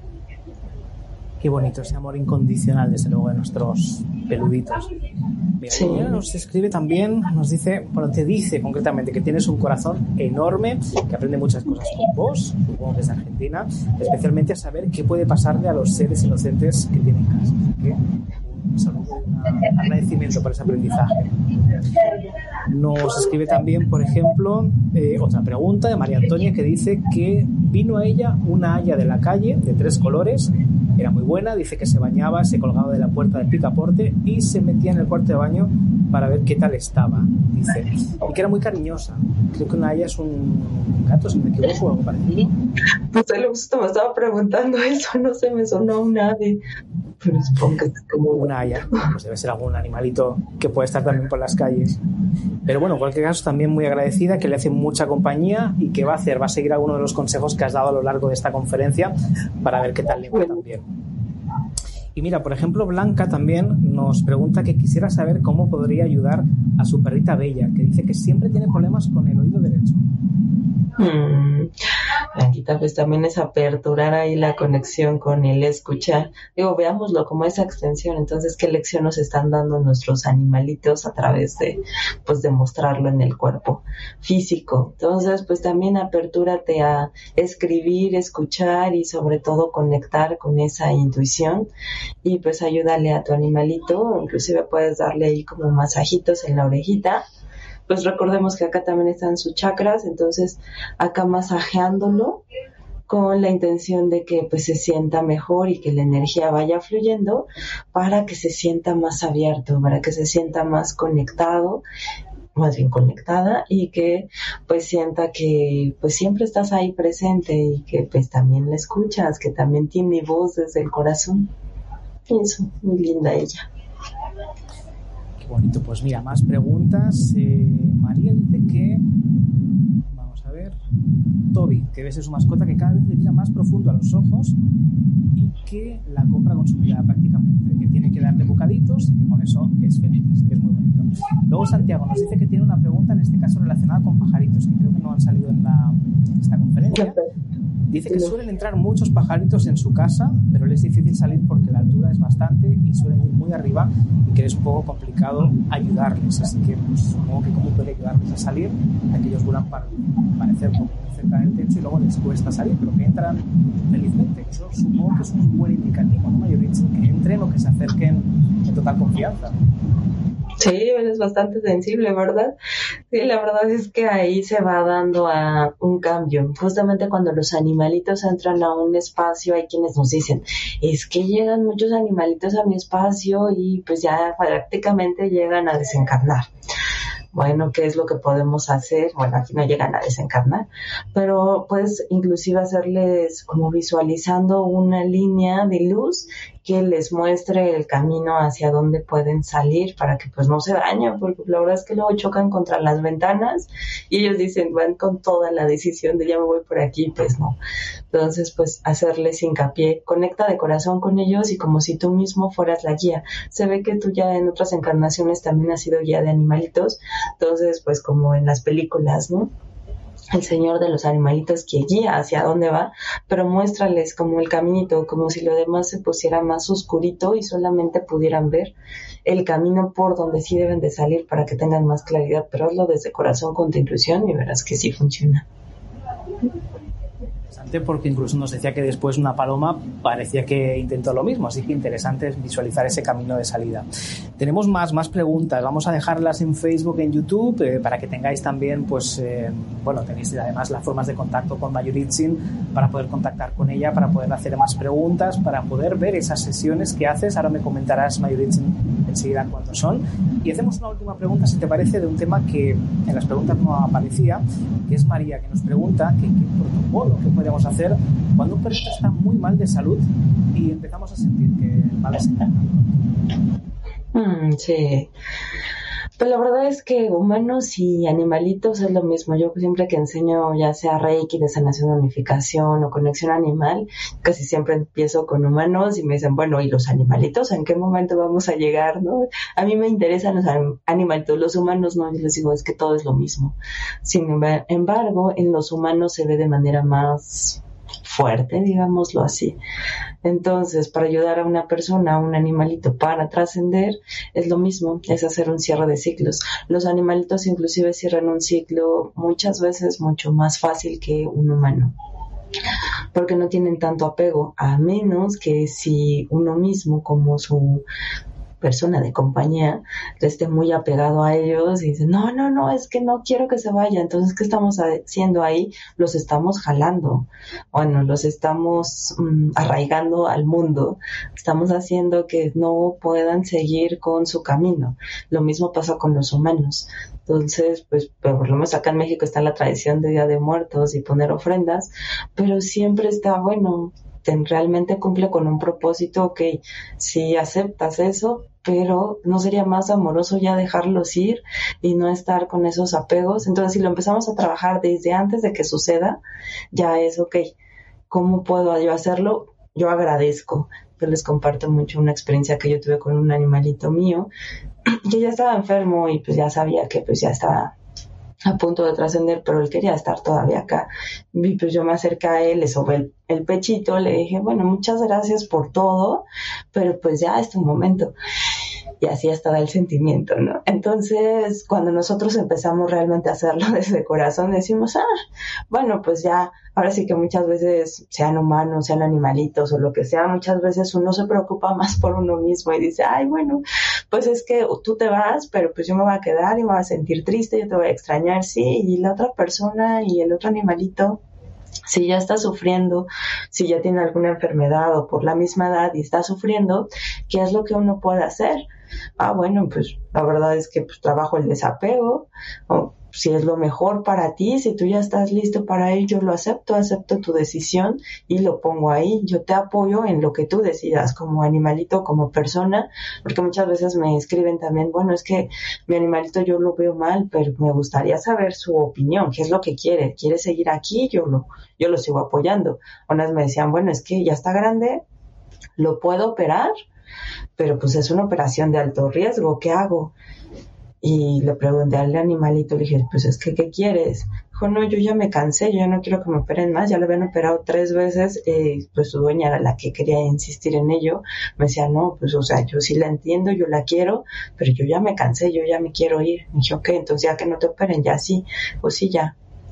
Qué bonito ese amor incondicional, desde luego, de nuestros peluditos. Mira, Sí. ella nos escribe también, nos dice, bueno, te dice concretamente que tienes un corazón enorme, que aprende muchas cosas con vos, supongo que es de Argentina, especialmente a saber qué puede pasarle a los seres inocentes que tienen casa. Así que un saludo y un agradecimiento por ese aprendizaje. Nos escribe también, por ejemplo, eh, otra pregunta de María Antonia, que dice que vino a ella una haya de la calle de tres colores. Era muy buena, dice que se bañaba, se colgaba de la puerta del picaporte y se metía en el cuarto de baño para ver qué tal estaba, dice. Y que era muy cariñosa. Creo que una haya es un gato, si me equivoco, o algo parecido. Pues él justo me estaba preguntando eso, no sé, me sonó un ave. Pero supongo que es como Una haya, pues debe ser algún animalito que puede estar también por las calles. Pero bueno, en cualquier caso, también muy agradecida, que le hace mucha compañía y que va a hacer, va a seguir alguno de los consejos que has dado a lo largo de esta conferencia para ver qué tal le va también. Y mira, por ejemplo, Blanca también nos pregunta que quisiera saber cómo podría ayudar a su perrita Bella, que dice que siempre tiene problemas con el oído derecho. Hmm. Aquí tal vez también es aperturar ahí la conexión con el escuchar. Digo, veámoslo como esa extensión. Entonces, ¿qué lección nos están dando nuestros animalitos a través de, pues, de mostrarlo en el cuerpo físico? Entonces, pues también apertúrate a escribir, escuchar y sobre todo conectar con esa intuición y pues ayúdale a tu animalito. Inclusive puedes darle ahí como masajitos en la orejita. Pues recordemos que acá también están sus chakras, entonces acá masajeándolo con la intención de que pues se sienta mejor y que la energía vaya fluyendo para que se sienta más abierto, para que se sienta más conectado, más bien conectada y que pues sienta que pues siempre estás ahí presente y que pues también la escuchas, que también tiene voz desde el corazón. Eso, muy linda ella. Bonito, pues mira, más preguntas. Eh, María dice que, vamos a ver, Toby, que debe ser su mascota, que cada vez le mira más profundo a los ojos y que la compra con su mirada prácticamente, que tiene que darle bocaditos y que con eso es feliz, que es muy bonito. Luego Santiago nos dice que tiene una pregunta, en este caso relacionada con pajaritos, que creo que no han salido en, la, en esta conferencia. Dice que suelen entrar muchos pajaritos en su casa, pero le es difícil salir porque la altura es bastante y suelen ir muy arriba y que es un poco complicado ayudarles. Así que pues, supongo que cómo puede ayudarles a salir, a que ellos vuelan para parecer como cerca del techo y luego les cuesta salir, pero que entran felizmente. Eso supongo que es un buen indicativo, ¿no, Mayuritsin? Que entren o que se acerquen en total confianza. Sí, eres bastante sensible, ¿verdad? Sí, la verdad es que ahí se va dando a un cambio. Justamente cuando los animalitos entran a un espacio, hay quienes nos dicen, es que llegan muchos animalitos a mi espacio y pues ya prácticamente llegan a desencarnar. Bueno, ¿qué es lo que podemos hacer? Bueno, aquí no llegan a desencarnar, pero puedes inclusive hacerles como visualizando una línea de luz que les muestre el camino hacia donde pueden salir para que pues no se dañen, porque la verdad es que luego chocan contra las ventanas y ellos dicen, van con toda la decisión de ya me voy por aquí, pues no. Entonces, pues hacerles hincapié, conecta de corazón con ellos y como si tú mismo fueras la guía. Se ve que tú ya en otras encarnaciones también has sido guía de animalitos, entonces pues como en las películas, ¿no? El señor de los animalitos que guía hacia dónde va, pero muéstrales como el caminito, como si lo demás se pusiera más oscurito y solamente pudieran ver el camino por donde sí deben de salir para que tengan más claridad, pero hazlo desde corazón con tu intuición y verás que sí funciona. Porque incluso nos decía que después una paloma parecía que intentó lo mismo, así que interesante es visualizar ese camino de salida. Tenemos más, más preguntas, vamos a dejarlas en Facebook, en YouTube, eh, para que tengáis también, pues, eh, bueno, tenéis además las formas de contacto con Mayuritsin para poder contactar con ella, para poder hacer más preguntas, para poder ver esas sesiones que haces. Ahora me comentarás, Mayuritsin, enseguida cuándo son. Y hacemos una última pregunta, si te parece, de un tema que en las preguntas no aparecía, que es María, que nos pregunta que, qué protocolo, qué podemos hacer cuando un perrito está muy mal de salud y empezamos a sentir que va desencadenando. Mm, sí. Pues la verdad es que humanos y animalitos es lo mismo. Yo siempre que enseño ya sea Reiki, de sanación, unificación o conexión animal, casi siempre empiezo con humanos y me dicen, bueno, ¿y los animalitos? ¿En qué momento vamos a llegar? ¿No? A mí me interesan los animalitos, los humanos no. Yo les digo, es que todo es lo mismo. Sin embargo, en los humanos se ve de manera más fuerte, digámoslo así. Entonces, para ayudar a una persona, a un animalito para trascender, es lo mismo, es hacer un cierre de ciclos. Los animalitos inclusive cierran un ciclo muchas veces mucho más fácil que un humano, porque no tienen tanto apego, a menos que si uno mismo, como su persona de compañía, esté muy apegado a ellos y dice, no, no, no, es que no quiero que se vaya. Entonces, ¿qué estamos haciendo ahí? Los estamos jalando, bueno, los estamos um, arraigando al mundo, estamos haciendo que no puedan seguir con su camino. Lo mismo pasa con los humanos. Entonces, pues, por lo menos acá en México está la tradición de Día de Muertos y poner ofrendas, pero siempre está, bueno, realmente cumple con un propósito, ok, si aceptas eso, pero ¿no sería más amoroso ya dejarlos ir y no estar con esos apegos? Entonces, si lo empezamos a trabajar desde antes de que suceda, ya es, ok, ¿cómo puedo yo hacerlo? Yo agradezco. Yo les comparto mucho una experiencia que yo tuve con un animalito mío, que ya estaba enfermo y pues ya sabía que pues ya estaba a punto de trascender, pero él quería estar todavía acá. Y pues yo me acerqué a él, le sobé el, el pechito, le dije, bueno, muchas gracias por todo, pero pues ya es tu momento. Y así hasta da el sentimiento, ¿no? Entonces, cuando nosotros empezamos realmente a hacerlo desde el corazón, decimos, ah, bueno, pues ya, ahora sí que muchas veces, sean humanos, sean animalitos o lo que sea, muchas veces uno se preocupa más por uno mismo y dice, ay, bueno, pues es que tú te vas, pero pues yo me voy a quedar y me voy a sentir triste, yo te voy a extrañar, sí, y la otra persona y el otro animalito, si ya está sufriendo, si ya tiene alguna enfermedad o por la misma edad y está sufriendo, ¿qué es lo que uno puede hacer? Ah, bueno, pues la verdad es que pues, trabajo el desapego, o si es lo mejor para ti, si tú ya estás listo para ello, lo acepto, acepto tu decisión y lo pongo ahí. Yo te apoyo en lo que tú decidas como animalito, como persona, porque muchas veces me escriben también, bueno, es que mi animalito yo lo veo mal, pero me gustaría saber su opinión, qué es lo que quiere, quiere seguir aquí, yo lo, yo lo sigo apoyando. Unas me decían, bueno, es que ya está grande, lo puedo operar, pero pues es una operación de alto riesgo, ¿qué hago? Y le pregunté al animalito, le dije, pues es que, ¿qué quieres? Dijo, no, yo ya me cansé, yo ya no quiero que me operen más, ya lo habían operado tres veces, eh, pues su dueña era la que quería insistir en ello. Me decía, no, pues o sea, yo sí la entiendo, yo la quiero, pero yo ya me cansé, yo ya me quiero ir. Me dije, ok, entonces ya que no te operen, ya sí, pues sí, ya.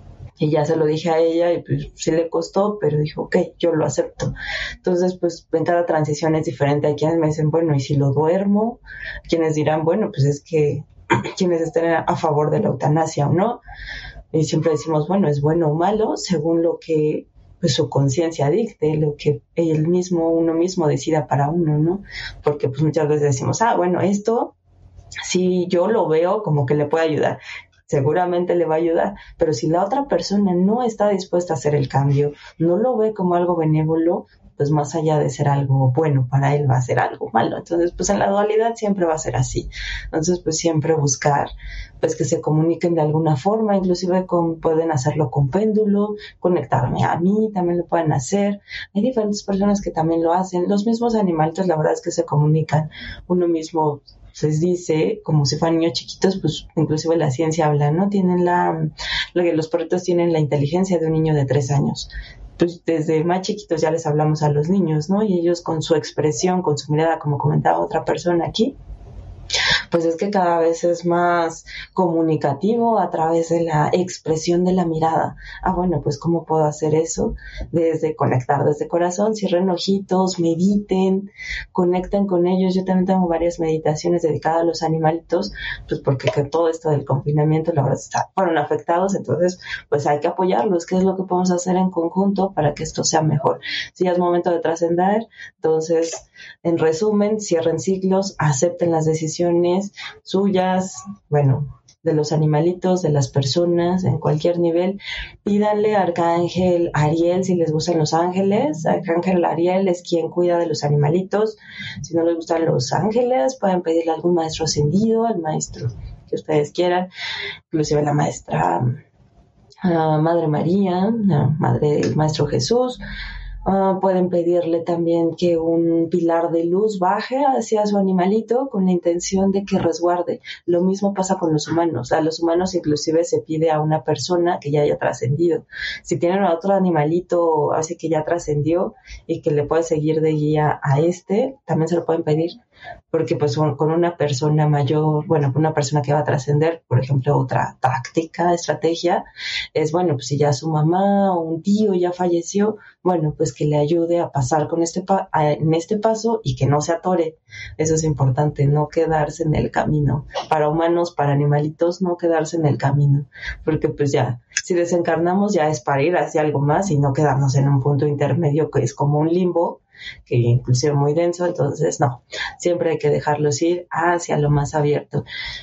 Y ya se lo dije a ella y pues sí le costó, pero dijo, ok, yo lo acepto. Entonces, pues en cada transición es diferente. Hay quienes me dicen, bueno, ¿y si lo duermo? Quienes dirán, bueno, pues es que quienes estén a favor de la eutanasia o no. Y siempre decimos, bueno, es bueno o malo según lo que pues su conciencia dicte, lo que él mismo, uno mismo decida para uno, ¿no? Porque pues muchas veces decimos, ah, bueno, esto si yo lo veo como que le puede ayudar. Seguramente le va a ayudar, pero si la otra persona no está dispuesta a hacer el cambio, no lo ve como algo benévolo, pues más allá de ser algo bueno para él va a ser algo malo. Entonces, pues en la dualidad siempre va a ser así. Entonces, pues siempre buscar pues que se comuniquen de alguna forma, inclusive con, pueden hacerlo con péndulo, conectarme a mí, también lo pueden hacer. Hay diferentes personas que también lo hacen. Los mismos animalitos, la verdad es que se comunican. Uno mismo les dice, como si fueran niños chiquitos, pues inclusive la ciencia habla, ¿no? Tienen la, lo que los perritos tienen la inteligencia de un niño de tres años. Pues desde más chiquitos ya les hablamos a los niños, ¿no? Y ellos con su expresión, con su mirada, como comentaba otra persona aquí, pues es que cada vez es más comunicativo a través de la expresión de la mirada. Ah, bueno, pues ¿cómo puedo hacer eso? Desde conectar desde corazón, cierren ojitos, mediten, conecten con ellos. Yo también tengo varias meditaciones dedicadas a los animalitos, pues porque con todo esto del confinamiento, la verdad, fueron afectados, entonces pues hay que apoyarlos. ¿Qué es lo que podemos hacer en conjunto para que esto sea mejor? Si ya es momento de trascender, entonces, en resumen, cierren ciclos, acepten las decisiones suyas, bueno, de los animalitos, de las personas, en cualquier nivel. Pídanle a Arcángel Ariel si les gustan los ángeles. Arcángel Ariel es quien cuida de los animalitos. Si no les gustan los ángeles, pueden pedirle a algún maestro ascendido, al maestro que ustedes quieran, inclusive la maestra uh, Madre María, la madre del Maestro Jesús. Uh, pueden pedirle también que un pilar de luz baje hacia su animalito con la intención de que resguarde. Lo mismo pasa con los humanos. A los humanos inclusive se pide a una persona que ya haya trascendido. Si tienen a otro animalito así que ya trascendió y que le puede seguir de guía a este, también se lo pueden pedir. Porque pues con una persona mayor, bueno, con una persona que va a trascender, por ejemplo, otra táctica, estrategia, es bueno, pues si ya su mamá o un tío ya falleció, bueno, pues que le ayude a pasar con este pa- a, en este paso y que no se atore. Eso es importante, no quedarse en el camino. Para humanos, para animalitos, no quedarse en el camino. Porque pues ya, si desencarnamos ya es para ir hacia algo más y no quedarnos en un punto intermedio que es como un limbo, que inclusive muy denso. Entonces no, siempre hay que dejarlos ir hacia lo más abierto.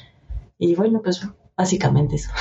Y bueno, pues básicamente eso.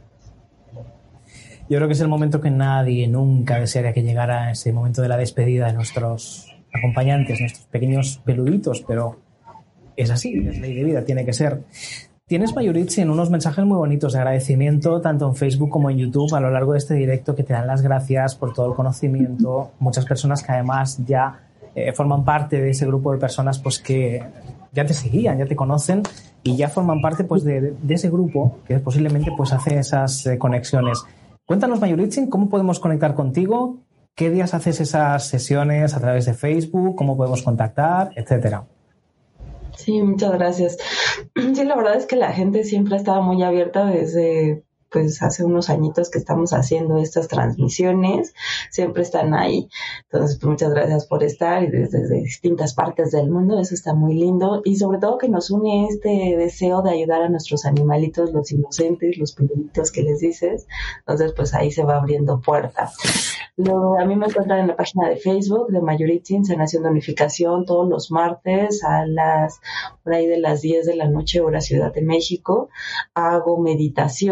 Yo creo que es el momento que nadie nunca desearía que llegara, ese momento de la despedida de nuestros acompañantes, nuestros pequeños peluditos, pero es así, es ley de vida, tiene que ser. Tienes, Mayuritsi, en unos mensajes muy bonitos de agradecimiento, tanto en Facebook como en YouTube, a lo largo de este directo, que te dan las gracias por todo el conocimiento. Muchas personas que además ya eh, forman parte de ese grupo de personas pues que ya te seguían, ya te conocen y ya forman parte pues de, de ese grupo que posiblemente pues hace esas eh, conexiones. Cuéntanos, Mayuritsi, ¿cómo podemos conectar contigo? ¿Qué días haces esas sesiones a través de Facebook? ¿Cómo podemos contactar? Etcétera. Sí, muchas gracias. Sí, la verdad es que la gente siempre ha estado muy abierta desde pues hace unos añitos que estamos haciendo estas transmisiones, siempre están ahí. Entonces, pues muchas gracias por estar y desde, desde distintas partes del mundo, eso está muy lindo y sobre todo que nos une este deseo de ayudar a nuestros animalitos, los inocentes, los peluditos que les dices. Entonces, pues ahí se va abriendo puerta. Luego, a mí me encuentran en la página de Facebook de Mayuritsi, Sanación de Unificación, todos los martes a las, por ahí de las diez de la noche, hora Ciudad de México. Hago meditaciones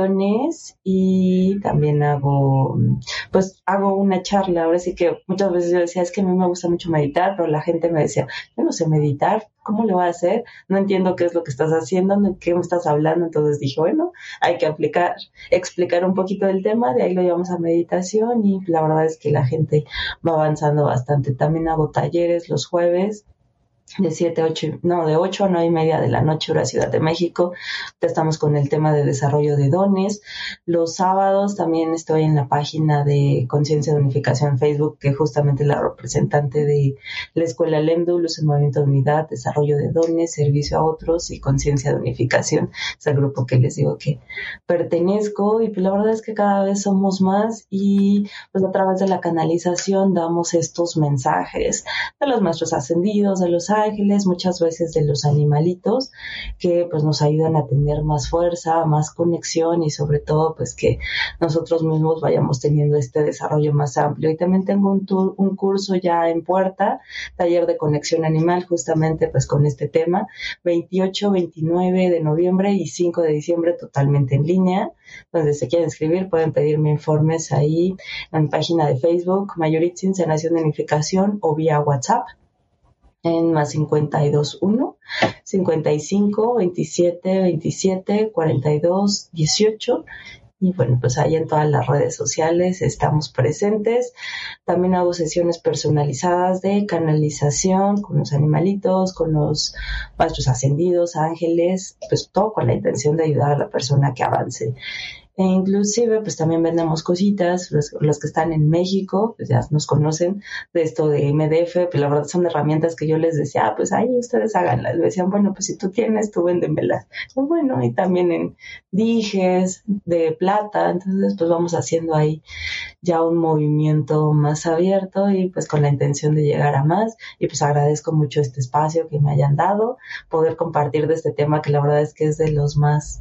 dones y también hago, pues hago una charla. Ahora sí que muchas veces yo decía, es que a mí me gusta mucho meditar, pero la gente me decía, yo no sé meditar, ¿cómo le voy a hacer? No entiendo qué es lo que estás haciendo, de qué me estás hablando. Entonces dije, bueno, hay que aplicar, explicar un poquito del tema, de ahí lo llevamos a meditación y la verdad es que la gente va avanzando bastante. También hago talleres los jueves de siete, ocho, no, de ocho a nueve y media de la noche, hora Ciudad de México. Estamos con el tema de desarrollo de dones. Los sábados también estoy en la página de Conciencia de Unificación en Facebook, que justamente la representante de la escuela LEMDU, Luz en Movimiento de Unidad, Desarrollo de Dones, Servicio a Otros y Conciencia de Unificación. Es el grupo que les digo que pertenezco y pues la verdad es que cada vez somos más y pues a través de la canalización damos estos mensajes de los maestros ascendidos, de los ángeles, muchas veces de los animalitos que pues nos ayudan a tener más fuerza, más conexión y sobre todo pues que nosotros mismos vayamos teniendo este desarrollo más amplio. Y también tengo un, tour, un curso ya en puerta, taller de conexión animal, justamente pues con este tema, veintiocho, veintinueve de noviembre y cinco de diciembre totalmente en línea. Donde se quieren inscribir pueden pedirme informes ahí en mi página de Facebook, Mayuritzin, Sanación de Unificación, o vía WhatsApp en más cincuenta y dos uno, cincuenta y cinco, veintisiete, veintisiete, cuarenta y dos, dieciocho. Y bueno, pues ahí en todas las redes sociales estamos presentes. También hago sesiones personalizadas de canalización con los animalitos, con los maestros ascendidos, ángeles, pues todo con la intención de ayudar a la persona que avance. E inclusive pues también vendemos cositas, los, los que están en México pues ya nos conocen de esto de M D F, pues la verdad son herramientas que yo les decía, ah, pues ahí ustedes háganlas. Me decían, bueno, pues si tú tienes, tú véndemelas. Pues bueno, y también en dijes de plata, entonces pues vamos haciendo ahí ya un movimiento más abierto y pues con la intención de llegar a más. Y pues agradezco mucho este espacio que me hayan dado, poder compartir de este tema que la verdad es que es de los más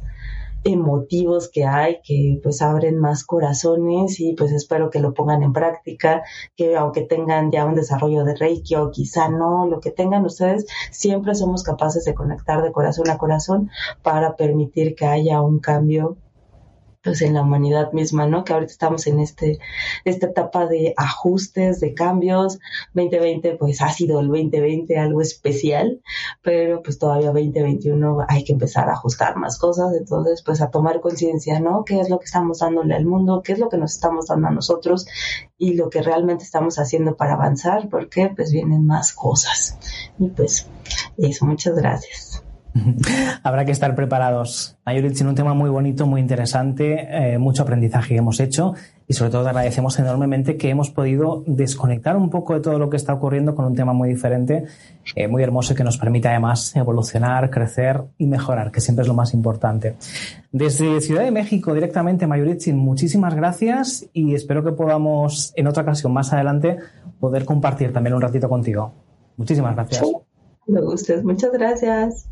emotivos que hay, que pues abren más corazones y pues espero que lo pongan en práctica, que aunque tengan ya un desarrollo de Reiki o quizá no, lo que tengan ustedes, siempre somos capaces de conectar de corazón a corazón para permitir que haya un cambio pues en la humanidad misma, ¿no? Que ahorita estamos en este esta etapa de ajustes, de cambios. veinte veinte pues ha sido el veinte veinte algo especial, pero pues todavía veinte veintiuno hay que empezar a ajustar más cosas, entonces pues a tomar conciencia, ¿no? ¿Qué es lo que estamos dándole al mundo? ¿Qué es lo que nos estamos dando a nosotros? Y lo que realmente estamos haciendo para avanzar, porque pues vienen más cosas. Y pues eso, muchas gracias. Habrá que estar preparados. Mayuritzin, un tema muy bonito, muy interesante, eh, mucho aprendizaje que hemos hecho y sobre todo te agradecemos enormemente que hemos podido desconectar un poco de todo lo que está ocurriendo con un tema muy diferente, eh, muy hermoso y que nos permite además evolucionar, crecer y mejorar, que siempre es lo más importante. Desde Ciudad de México directamente, Mayuritzin, muchísimas gracias y espero que podamos en otra ocasión más adelante poder compartir también un ratito contigo. Muchísimas gracias. Sí, me gustas. Muchas gracias.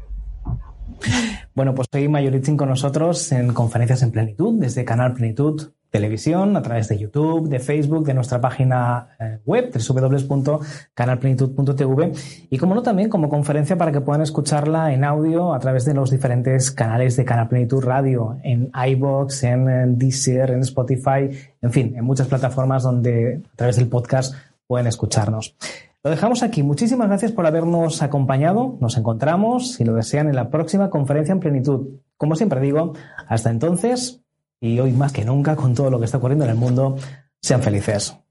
Bueno, pues hoy Mayuritzin con nosotros en Conferencias en Plenitud, desde Canal Plenitud Televisión, a través de YouTube, de Facebook, de nuestra página web, doble u doble u doble u punto canal plenitud punto t v, y como no también como conferencia para que puedan escucharla en audio a través de los diferentes canales de Canal Plenitud Radio, en iVoox, en Deezer, en Spotify, en fin, en muchas plataformas donde a través del podcast pueden escucharnos. Lo dejamos aquí. Muchísimas gracias por habernos acompañado. Nos encontramos, si lo desean, en la próxima Conferencia en Plenitud. Como siempre digo, hasta entonces, y hoy más que nunca, con todo lo que está ocurriendo en el mundo, sean felices.